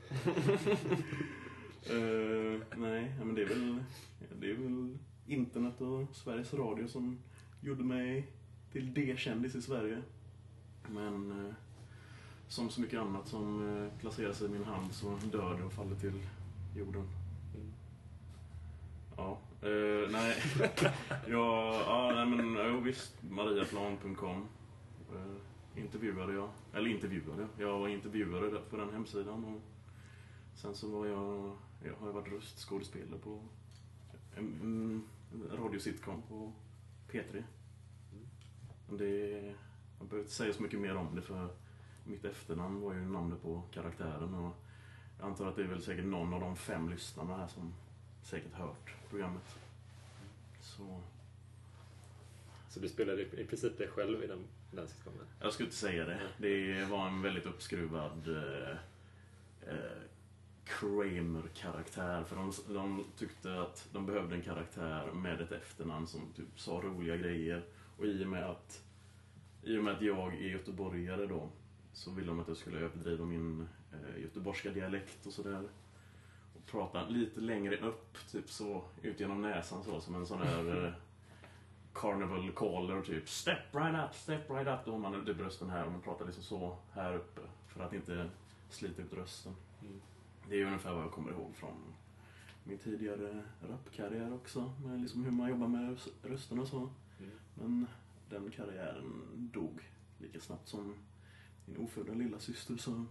Speaker 1: uh, nej, men det är väl det är väl internet och Sveriges Radio som gjorde mig till D-kändis i Sverige. Men uh, som så mycket annat som uh, placerar sig i min hand så dör det och faller till jorden. Mm. Ja, uh, nej. ja, ja, nej men jo, visst, mariaplan punkt com uh, intervjuade jag, eller intervjuade jag, jag var intervjuare för den hemsidan och sen så var jag, jag har varit röstskådespelare på en, en radiositcom på P tre. Mm. Det, jag behöver inte säga så mycket mer om det för mitt efternamn var ju namnet på karaktären och jag antar att det är väl säkert någon av de fem lyssnarna här som säkert hört programmet. Så,
Speaker 3: så du spelade i princip dig själv i den, den sitcomen?
Speaker 1: Jag skulle inte säga det. Det var en väldigt uppskruvad eh, eh, Kramer-karaktär. För de, de tyckte att de behövde en karaktär med ett efternamn som typ sa roliga grejer. Och i och med att, i och med att jag är göteborgare då så ville de att jag skulle överdriva min eh, göteborgska dialekt och sådär. Och prata lite längre upp, typ så, ut genom näsan så, som en sån här eh, carnival caller typ. Step right up, step right up. Då har man ut rösten här och man pratar liksom så här uppe för att inte slita ut rösten. Mm. Det är ungefär vad jag kommer ihåg från min tidigare rapkarriär också. Med liksom hur man jobbar med rösten och så. Mm. Men den karriären dog lika snabbt som min ofödda lilla syster så.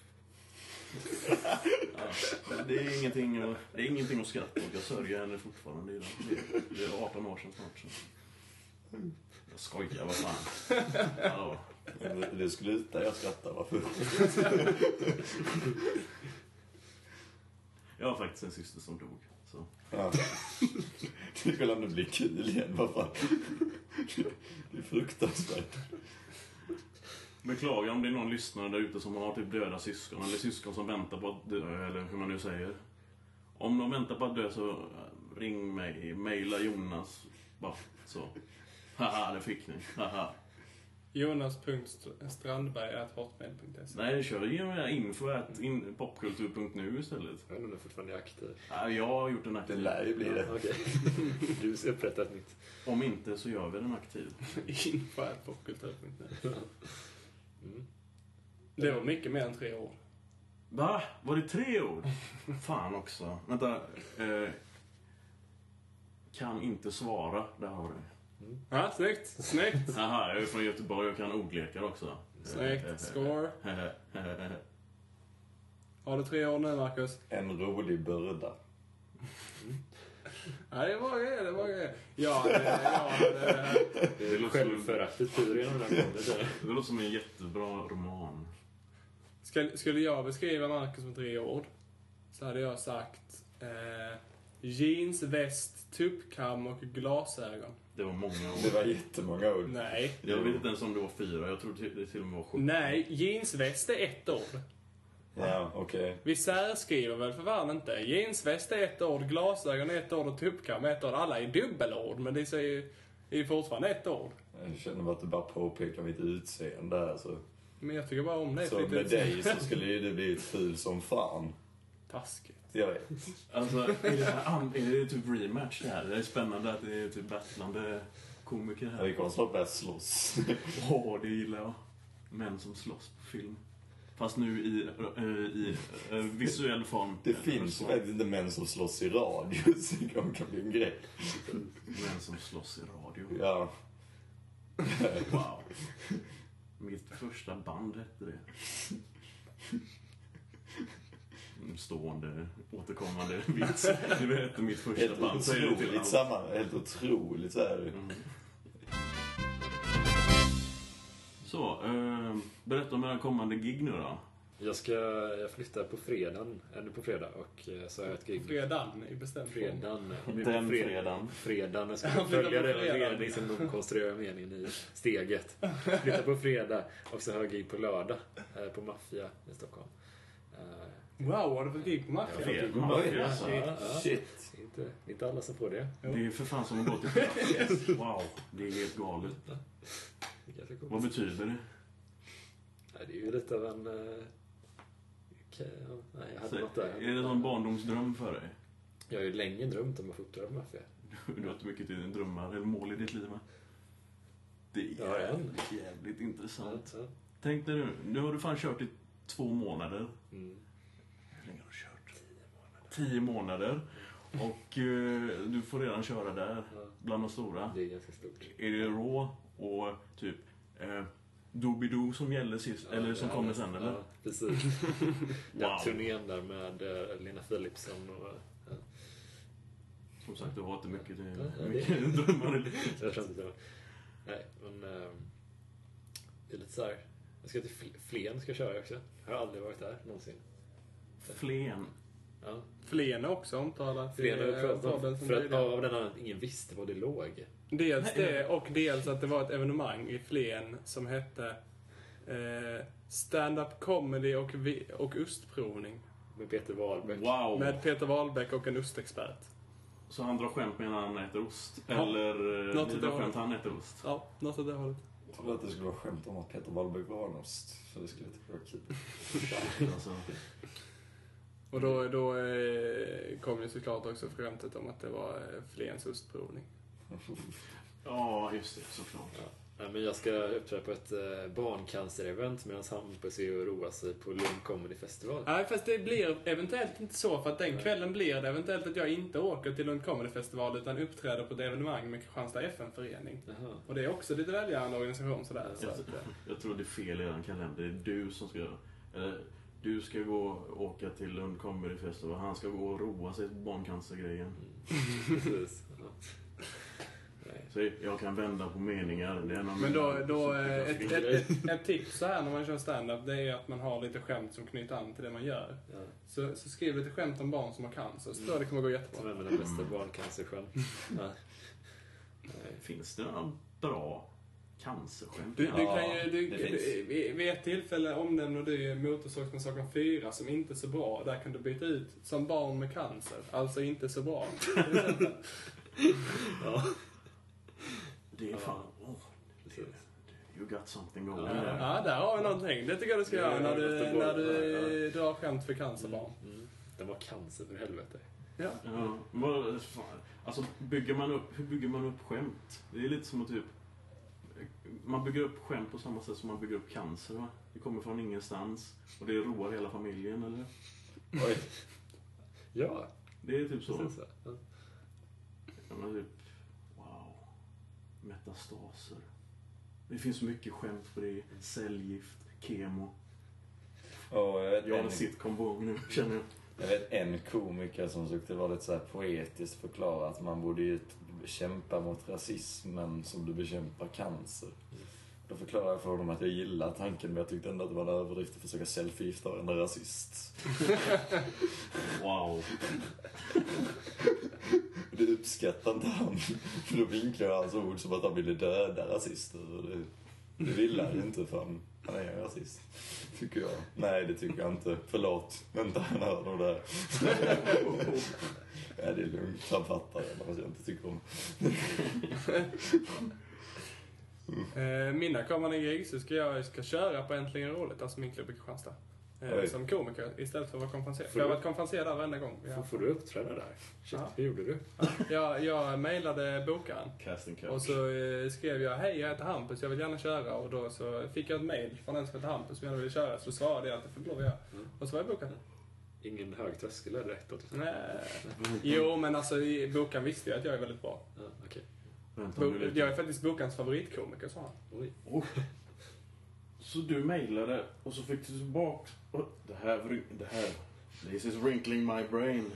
Speaker 1: Ja, det är ingenting att, det är ingenting att skratta åt. Jag sörjer henne fortfarande idag. Det, det är arton år sedan snart så. Jag skojar, vad fan. Ja.
Speaker 4: Du skulle sluta, jag skrattar, varför?
Speaker 1: Jag har faktiskt en syster som dog. Så.
Speaker 4: Ja. Det skulle ändå bli kul igen, vad fan. Det är fruktansvärt.
Speaker 1: Beklagar om det är någon lyssnare där ute som har typ döda syskon. Eller syskon som väntar på att dö, eller hur man nu säger. Om de väntar på att dö så ring mig, mejla Jonas. Bara så. Haha, det fick ni. Haha.
Speaker 2: Jonas punkt strandberg at hotmail punkt se.
Speaker 1: Nej, kör ge info at in, popkultur punkt nu istället.
Speaker 3: Jag vet inte om du fortfarande är aktiv.
Speaker 1: Ja, jag har gjort en aktiv.
Speaker 4: Det lär ju bli det.
Speaker 3: Ja, okej. Du ska upprätta ett nytt.
Speaker 1: Om inte så gör vi den aktiv.
Speaker 2: info at popkultur punkt net.
Speaker 3: Mm.
Speaker 2: Det var mycket mer än tre år.
Speaker 1: Va? Var det tre ord? Fan också. Vänta. Eh, kan inte svara. Där har du.
Speaker 3: Mm.
Speaker 2: Ja, snyggt. Snyggt.
Speaker 1: Haha, jag är från Göteborg och kan ordlekar också.
Speaker 2: Snyggt. Score. Har du tre år nu, Marcus?
Speaker 4: En rolig börda.
Speaker 2: Ja, det var grejer, det var grejer. Ja, det, ja, det,
Speaker 3: Det är självföraktigt tur genom den här gången.
Speaker 1: Det låter som en jättebra roman.
Speaker 2: Skulle, skulle jag beskriva Marcus med tre ord så hade jag sagt eh, jeans, väst, tuppkam och glasögon.
Speaker 1: Det var många
Speaker 4: Det
Speaker 1: ord.
Speaker 4: var jättemånga ord.
Speaker 2: Nej.
Speaker 1: Jag vet inte ens om det var fyra. Jag tror det till och med var sju.
Speaker 2: Nej, jeansväst är ett ord.
Speaker 4: Ja, okej. Okay.
Speaker 2: Vi särskriver väl för fan inte. Jeansväst är ett ord, glasögon är ett ord och tuppkam är ett ord. Alla är dubbelord, men det säger är fortfarande ett ord.
Speaker 4: Jag känner bara att du bara påpekar mitt utseende här. Så,
Speaker 2: Men jag tycker bara om det.
Speaker 4: så med dig så skulle ju det bli ful som fan.
Speaker 2: Taskigt.
Speaker 4: Jag vet.
Speaker 1: Alltså, är det, här, är det typ rematch det här? Det är spännande att det är typ battlande komiker
Speaker 4: Ja,
Speaker 1: här.
Speaker 4: vi kommer snart börja slåss.
Speaker 1: Åh, oh, det gillar jag. Män som slåss på film. Fast nu i, uh, i uh, visuell form.
Speaker 4: Det finns ju faktiskt inte män som slåss i radio, så det kan bli en grej.
Speaker 1: Män som slåss i radio.
Speaker 4: Ja.
Speaker 1: Wow. Mitt första band hette det. Stående, återkommande vits. Det hette mitt första
Speaker 4: Helt
Speaker 1: band. Så är det till
Speaker 4: otroligt
Speaker 1: allt.
Speaker 4: samma, helt otroligt så här.
Speaker 1: Mm. Så, eh, berätta om era kommande gig nu då.
Speaker 3: Jag ska jag flyttar på fredagen, eller på fredag, och så har jag ett gig.
Speaker 2: Fredagen är bestämt.
Speaker 3: Fredagen.
Speaker 1: Den fredagen.
Speaker 3: Fredagen. Jag ska
Speaker 2: Ja, flytta
Speaker 3: följa
Speaker 2: på
Speaker 3: det
Speaker 2: fredagen.
Speaker 3: redan i sin konstruerade mening i steget. Flytta på fredag och så har jag gig på lördag eh, på Mafia i Stockholm. Eh,
Speaker 2: Wow, har du fått gig på Mafia?
Speaker 1: Fel.
Speaker 4: Oj,
Speaker 1: Mafia,
Speaker 4: alltså.
Speaker 1: alltså.
Speaker 3: ja, ja.
Speaker 4: Shit.
Speaker 3: Inte, inte alla som får det.
Speaker 1: Det är för fan som att gå till klass. Wow, det är helt galet.
Speaker 3: Det kanske är coolt.
Speaker 1: Vad betyder det?
Speaker 3: Nej, det är ju lite av en... Eh, okay, ja, nej, jag hade
Speaker 1: Så,
Speaker 3: något där.
Speaker 1: är det en barndomsdröm för dig?
Speaker 3: Jag har ju länge drömt om att få uppträda på Mafia.
Speaker 1: Du har inte mycket till din drömmar eller mål i ditt liv, va? Det är
Speaker 3: Ja,
Speaker 1: jävligt, jävligt intressant.
Speaker 3: Ja, ja.
Speaker 1: Tänk dig nu, nu har du fan kört i två månader.
Speaker 3: Mm.
Speaker 1: Hur länge har du kört? Tio månader. Och eh, du får redan köra där,
Speaker 3: Ja.
Speaker 1: bland de stora.
Speaker 3: Det är ganska stort.
Speaker 1: Är det Raw och typ eh, Doobidoo som gäller sist,
Speaker 3: Ja,
Speaker 1: eller som
Speaker 3: ja,
Speaker 1: kommer
Speaker 3: ja,
Speaker 1: sen, eller?
Speaker 3: Ja, precis. Den
Speaker 1: Wow.
Speaker 3: turnén där med uh, Lena Philipsson och... Ja.
Speaker 1: Som sagt, du har inte mycket, till,
Speaker 3: Ja, ja, det-
Speaker 1: mycket drömmar i livet.
Speaker 3: Jag tror inte det var... Nej, men... ehm, det är lite så här... Jag ska till Fl- Flen ska jag köra också. Jag har aldrig varit där någonsin.
Speaker 1: Flen.
Speaker 3: Ja.
Speaker 2: Flen är också omtalat.
Speaker 3: Flen har
Speaker 2: i,
Speaker 3: jag
Speaker 2: eh,
Speaker 3: pratat
Speaker 2: podden
Speaker 3: om.
Speaker 2: som
Speaker 3: För att
Speaker 2: tidigare.
Speaker 3: av den anledningen ingen visste var det låg.
Speaker 2: Dels det och dels att det var ett evenemang i Flen som hette eh, stand-up comedy och, vi, och ostprovning.
Speaker 3: Med Peter Wahlbeck.
Speaker 1: Wow.
Speaker 2: Med Peter Wahlbeck och en ostexpert.
Speaker 1: Så han drar skämt medan han äter ost?
Speaker 2: Ja.
Speaker 1: Eller
Speaker 2: Något
Speaker 1: ni
Speaker 2: åt
Speaker 1: drar
Speaker 2: det
Speaker 1: skämt han äter ost?
Speaker 2: Ja, något åt det hållet.
Speaker 4: Jag trodde att det skulle vara skämt om att Peter Wahlbeck var en ost. För det skulle tycka vara kul.
Speaker 1: Alltså,
Speaker 2: Och då, då eh, kom ju såklart också skämtet om att det var eh, Flens ostprovning.
Speaker 1: ja, just det, såklart.
Speaker 3: Ja. Nej, men jag ska uppträda på ett eh, barncancer-event medan Hampus är och roar sig på Lund Comedy Festival.
Speaker 2: Nej, fast det blir eventuellt inte så, för att den kvällen blir det eventuellt att jag inte åker till Lund Comedy Festival utan uppträder på ett evenemang med Kristianstad F N-förening.
Speaker 3: Jaha.
Speaker 2: Och det är också lite välgörande organisation sådär. Så
Speaker 1: Jag,
Speaker 2: att, eh,
Speaker 1: jag tror det är fel i er kalender. Det är du som ska... Eller, du ska gå och åka till Lund Comedy Festival. Han ska gå och roa sig på barncancergrejen.
Speaker 3: Precis. Ja. Nej.
Speaker 1: Så jag kan vända på meningar. Det är någon
Speaker 2: Men då, då ett, ett, ett, ett tips så här när man kör stand-up, det är att man har lite skämt som knyter an till det man gör. Ja. Så, så skriv lite skämt om barn som har cancer, så mm. det kommer gå jättebra.
Speaker 3: Som är mina bästa barncancerskämt. Ja.
Speaker 1: Finns det några bra cancerskämt?
Speaker 2: Du, du kan ju, du, du, vid ett tillfälle omnämner du Motorsågsmassakern fyra som inte är så bra. Där kan du byta ut som barn med cancer, alltså inte så bra.
Speaker 1: Ja. Det är fan... Oh, det, you got something going
Speaker 2: ja,
Speaker 1: there.
Speaker 2: Ja, där har vi någonting. Det tycker jag du ska göra när du, när du drar skämt för cancerbarn.
Speaker 3: Mm. Mm. Det var cancer för helvete.
Speaker 2: Ja.
Speaker 1: Ja. Vad, alltså, bygger man upp, hur bygger man upp skämt? Det är lite som att typ... Man bygger upp skämt på samma sätt som man bygger upp cancer, va? Det kommer från ingenstans. Och det roar hela familjen, eller?
Speaker 3: Oj. Ja.
Speaker 1: Det är typ så.
Speaker 3: Det är så. Ja.
Speaker 1: Man typ... Metastaser. Det finns så mycket skämt på det. Cellgift, kemo.
Speaker 4: Och jag, vet
Speaker 1: jag har
Speaker 4: en,
Speaker 1: en sitcom nu, känner jag.
Speaker 4: Jag vet en komiker som försökte vara lite så här poetiskt förklara att man borde ju kämpa mot rasismen som du bekämpar cancer. Mm. Då förklarade jag för honom att jag gillar tanken, men jag tyckte ändå att det var en överdrift att försöka selfie-gifta en rasist.
Speaker 1: Wow.
Speaker 4: Det uppskattar inte han. För då vinklar jag hans ord som att han ville döda rasister. Och det, det vill han inte, för han, han är en rasist. Tycker jag. Nej, det tycker jag inte. Förlåt. Vänta, han hör nog där. Ja, det är lugnt. Han fattar det, men jag inte tycker om.
Speaker 2: Mm. Mina kommande gig så ska jag ska köra på Äntligen Roligt, alltså min klubb i Kristianstad. Eh, som komiker istället för att vara konferenserad. För jag har varit konferenserad där varenda gång.
Speaker 3: Får, får du uppträda där? Shit, ja. Hur gjorde du?
Speaker 2: Ja, jag, jag mejlade bokaren.
Speaker 1: Casting couch.
Speaker 2: Och så eh, skrev jag, hej jag heter Hampus, jag vill gärna köra. Och då så fick jag ett mejl från en som heter Hampus som jag ville köra. Så svarade jag att det får lov jag. Mm. Och så var jag bokad.
Speaker 3: Ingen hög tröskel är direkt åt.
Speaker 2: Nej. Jo, men alltså bokaren visste ju att jag är väldigt bra.
Speaker 3: Ja, okay.
Speaker 2: Bo- jag är faktiskt bokarens favoritkomiker, sa han.
Speaker 3: Oj.
Speaker 1: Oh. Så du mejlade och så fick du tillbaka... Oh, det här... Det här... This is wrinkling my brain.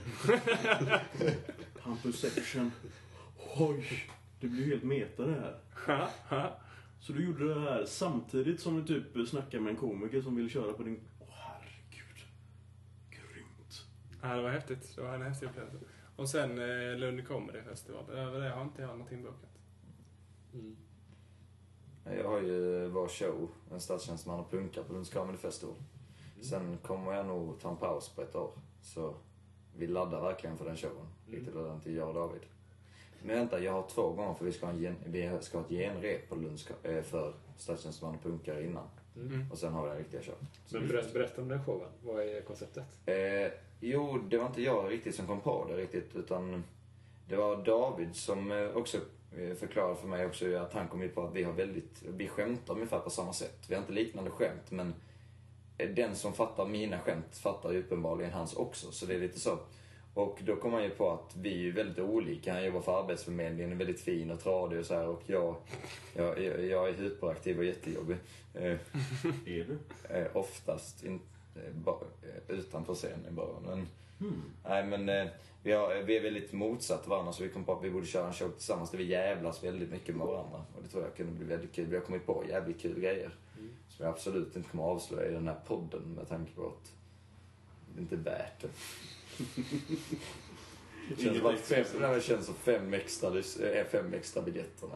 Speaker 1: Hampus-section. Oj, det blir helt meta det här. Så du gjorde det här samtidigt som du typ snackade med en komiker som ville köra på din... Åh, oh, herregud. Grymt.
Speaker 2: Ja, det var häftigt. Det var en häftig upplevelse. Och sen eh, Lund Comedy Festival. Över det har inte jag någonting bokat.
Speaker 3: Mm.
Speaker 4: Jag har ju vår show, en statstjänsteman och punkar på Lunds Comedy Festival. Mm. Sen kommer jag nog ta en paus på ett år. Så vi laddar verkligen för den showen. Mm. Lite laddar till jag och David. Men vänta, jag har två gånger för vi ska ha, en gen, vi ska ha ett genrep på Lunds, för statstjänsteman och punkar innan. Mm. Och sen har vi den riktiga show.
Speaker 3: Men berätta, berätta om den showen. Vad är konceptet?
Speaker 4: Eh, jo, det var inte jag riktigt som kom på det riktigt. Utan det var David som också förklarade för mig också att han kom in på att vi har väldigt, vi skämtar ungefär på samma sätt. Vi har inte liknande skämt, men den som fattar mina skämt fattar ju uppenbarligen hans också. Så det är lite så. Och då kom han ju på att vi är väldigt olika. Han jobbar för Arbetsförmedlingen, är väldigt fin och tradig och så här. Och jag, jag, jag är hyperaktiv och jättejobbig.
Speaker 1: Är du?
Speaker 4: Oftast in, utanför scenen bara. Men, hmm. nej, men vi, har, vi är väldigt motsatta varandra, så vi kom på att vi borde köra en show tillsammans där vi jävlas väldigt mycket med varandra. Och det tror jag kunde bli väldigt kul. Vi har kommit på jävligt kul grejer. Mm. Som jag absolut inte kommer att avslöja i den här podden med tanke på att det inte är värt det. Det känns som fem, det känns som fem extra, fem extra biljetter.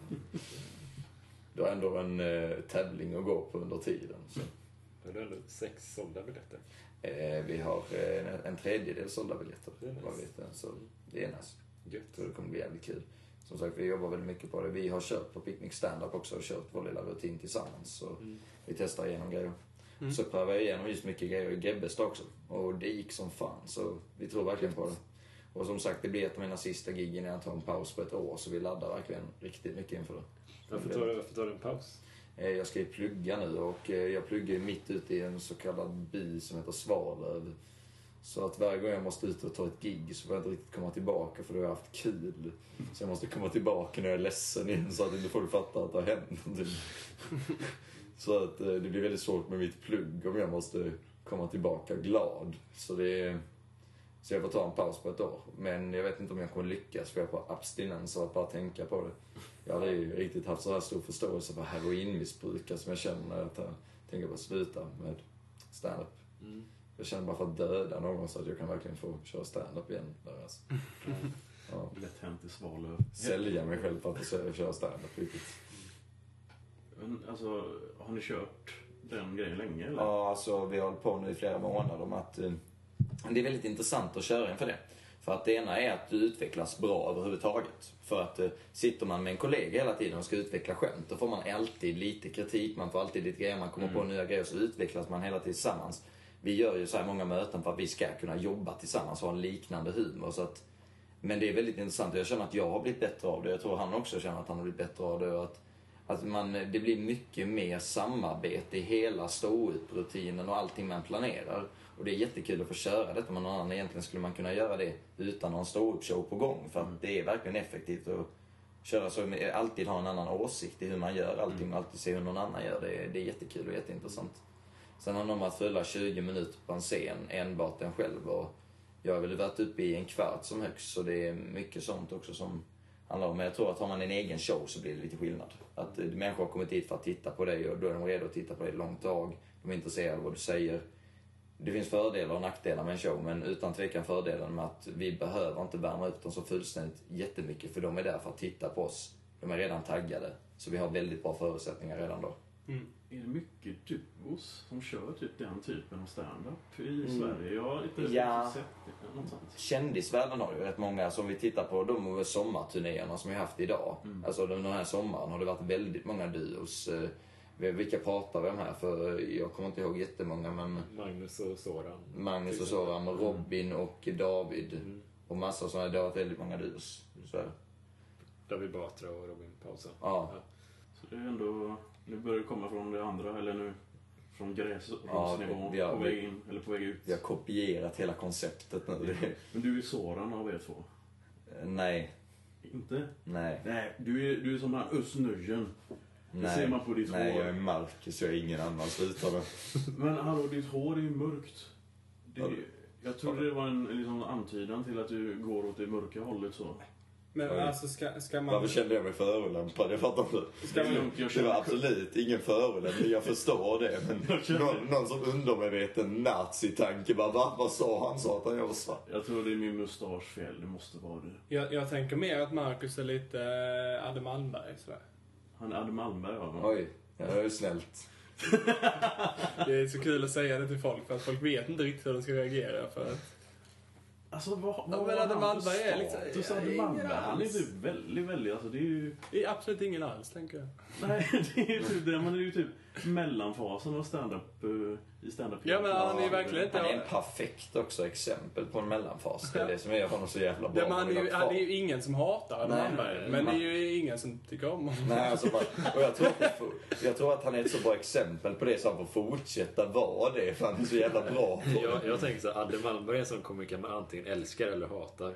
Speaker 4: Du har ändå en eh, tävling att gå på under tiden. Så.
Speaker 3: Har du ändå sex sålda biljetter?
Speaker 4: Eh, vi har eh, en, en tredjedel sålda biljetter.
Speaker 3: Det är nice.
Speaker 4: Vet, så det är nice.
Speaker 3: Gött.
Speaker 4: Så det kommer bli jävligt kul. Som sagt, vi jobbar väldigt mycket på det. Vi har kört på Picnic Stand-Up också och kört vår lilla rutin tillsammans. Så mm. vi testar igenom grejer. Mm. Så prövar jag igenom just mycket grejer i Gebbesta också. Och det gick som fan, så vi tror verkligen på det. Och som sagt, det blir ett av mina sista gig innan jag tar en paus på ett år. Så vi laddar verkligen riktigt mycket inför det.
Speaker 3: Varför tar du, varför tar du en paus?
Speaker 4: Jag ska ju plugga nu och jag pluggar mitt ute i en så kallad by som heter Svalöv. Så att varje gång jag måste ut och ta ett gig så får jag inte riktigt komma tillbaka, för då har jag haft kul. Så jag måste komma tillbaka när jag är ledsen igen så att inte folk fattar att det har hänt någonting. Så att det blir väldigt svårt med mitt plugg om jag måste komma tillbaka glad. Så det är... Så jag får ta en paus på ett år. Men jag vet inte om jag kommer lyckas, för jag får abstinens av att bara tänka på det. jag hade ju riktigt haft så här stor förståelse för heroinmissbrukare som jag känner när jag tar, tänker bara sluta med stand-up. Mm. Jag känner bara för att döda någon så att jag kan verkligen få köra stand-up igen. Där, alltså.
Speaker 1: Mm. Ja. Lätt hänt i Svalöv.
Speaker 4: Sälja mig själv för att köra stand-up riktigt.
Speaker 1: Men alltså, har ni kört den grejen länge eller?
Speaker 4: Ja, alltså vi har hållit på nu i flera månader om att eh, det är väldigt intressant att köra inför det. För att det ena är att du utvecklas bra överhuvudtaget. För att eh, sitter man med en kollega hela tiden och ska utveckla skämt, då får man alltid lite kritik, man får alltid lite grejer, man kommer mm. på nya grejer, så utvecklas man hela tiden tillsammans. Vi gör ju så här många möten för att vi ska kunna jobba tillsammans och ha en liknande humor. Så att, men det är väldigt intressant, jag känner att jag har blivit bättre av det, jag tror han också känner att han har blivit bättre av det. Och att, att man, det blir mycket mer samarbete i hela ståupprutinen och allting man planerar. Och det är jättekul att få köra detta med någon annan. Egentligen skulle man kunna göra det utan någon ståuppshow på gång. För att mm. det är verkligen effektivt att köra så. Alltid ha en annan åsikt i hur man gör allting. Mm. Alltid se hur någon annan gör det. Det är jättekul och jätteintressant. Sen har de att fylla tjugo minuter på en scen enbart en själv. Och jag har väl varit uppe i en kvart som högst. Så det är mycket sånt också som handlar om. Men jag tror att har man en egen show så blir det lite skillnad. Att människor har kommit dit för att titta på dig. Och då är de redo att titta på dig långt tag. De är intresserade av vad du säger. Det finns fördelar och nackdelar med en show, men utan tvekan fördelen med att vi behöver inte värma upp dem så fullständigt jättemycket, för de är där för att titta på oss. De är redan taggade, så vi har väldigt bra förutsättningar redan då.
Speaker 1: Mm. Är det mycket duos som kör typ den typen av stand-up i mm. Sverige? Jag har inte
Speaker 4: ja.
Speaker 1: sett något sånt.
Speaker 4: Kändisvärlden har ju rätt många, som vi tittar på de sommarturnéerna som vi har haft idag. Mm. Alltså den här sommaren har det varit väldigt många duos. Vilka pratar vi om här? För jag kommer inte ihåg jättemånga, men...
Speaker 3: Magnus och Soran.
Speaker 4: Magnus och Soran, och Robin och David. Mm. Och massa sådana. Det har varit väldigt många duos. Så här.
Speaker 3: David Batra och Robin Pausa.
Speaker 4: Ja.
Speaker 1: ja. Så det är ändå... Nu börjar det komma från det andra, eller nu från gräsrotsnivå, ja, på väg in, eller på väg ut.
Speaker 4: Vi har kopierat hela konceptet nu.
Speaker 1: Men du är Soran av er två?
Speaker 4: Nej.
Speaker 1: Inte?
Speaker 4: Nej.
Speaker 1: Nej, du är, du är som den här Ösnöjen. Det
Speaker 4: nej,
Speaker 1: ser man på ditt
Speaker 4: nej,
Speaker 1: hår.
Speaker 4: jag är Marcus, jag är ingen annan, sluta med.
Speaker 1: Men hallå, ditt hår är ju mörkt. Det, ja, jag tror det var en liksom, antydan till att du går åt det mörka hållet så.
Speaker 2: Men ja. alltså ska, ska man...
Speaker 4: Varför kände jag mig förolämpad? Jag fattar inte. Ska man... Det var absolut ingen förolämpning, jag förstår det. Men någon, någon som undermedveten nazi-tanke bara, va? Vad sa han? Sa att han var svart?
Speaker 1: Jag tror det är min mustasch fel, det måste vara det.
Speaker 2: Jag, jag tänker mer att Marcus är lite äh, Adde Malmberg sådär.
Speaker 1: Han är Adde Malmberg, ja.
Speaker 4: Oj, det är ju snällt.
Speaker 2: Det är så kul att säga det till folk, för att folk vet inte riktigt hur de ska reagera. För att...
Speaker 1: Alltså vad, vad
Speaker 2: ja, men Adde Malmberg är liksom...
Speaker 1: Du sa Adde Malmberg, han är typ väldigt, väldigt... Alltså det är ju...
Speaker 2: Det är absolut ingen alls, tänker jag.
Speaker 1: Nej, det är typ det. Men det är ju typ mellanfasen av stand-up uh, i stand-up.
Speaker 2: Ja, men han är verkligen inte...
Speaker 4: Han är en perfekt också exempel på en mellanfas. Det är det som gör honom så jävla bra.
Speaker 2: Ja, men han är ju, han är ju ingen som hatar Adde Malmberg. Men man... det är ju ingen som tycker om honom.
Speaker 4: Nej, alltså bara, och jag tror, att, jag tror att han är ett så bra exempel på det, så han får fortsätta vara det. För han är så jävla bra.
Speaker 3: jag, jag tänker så Adde Malmberg är en sån komiker man antingen älskar eller hatar.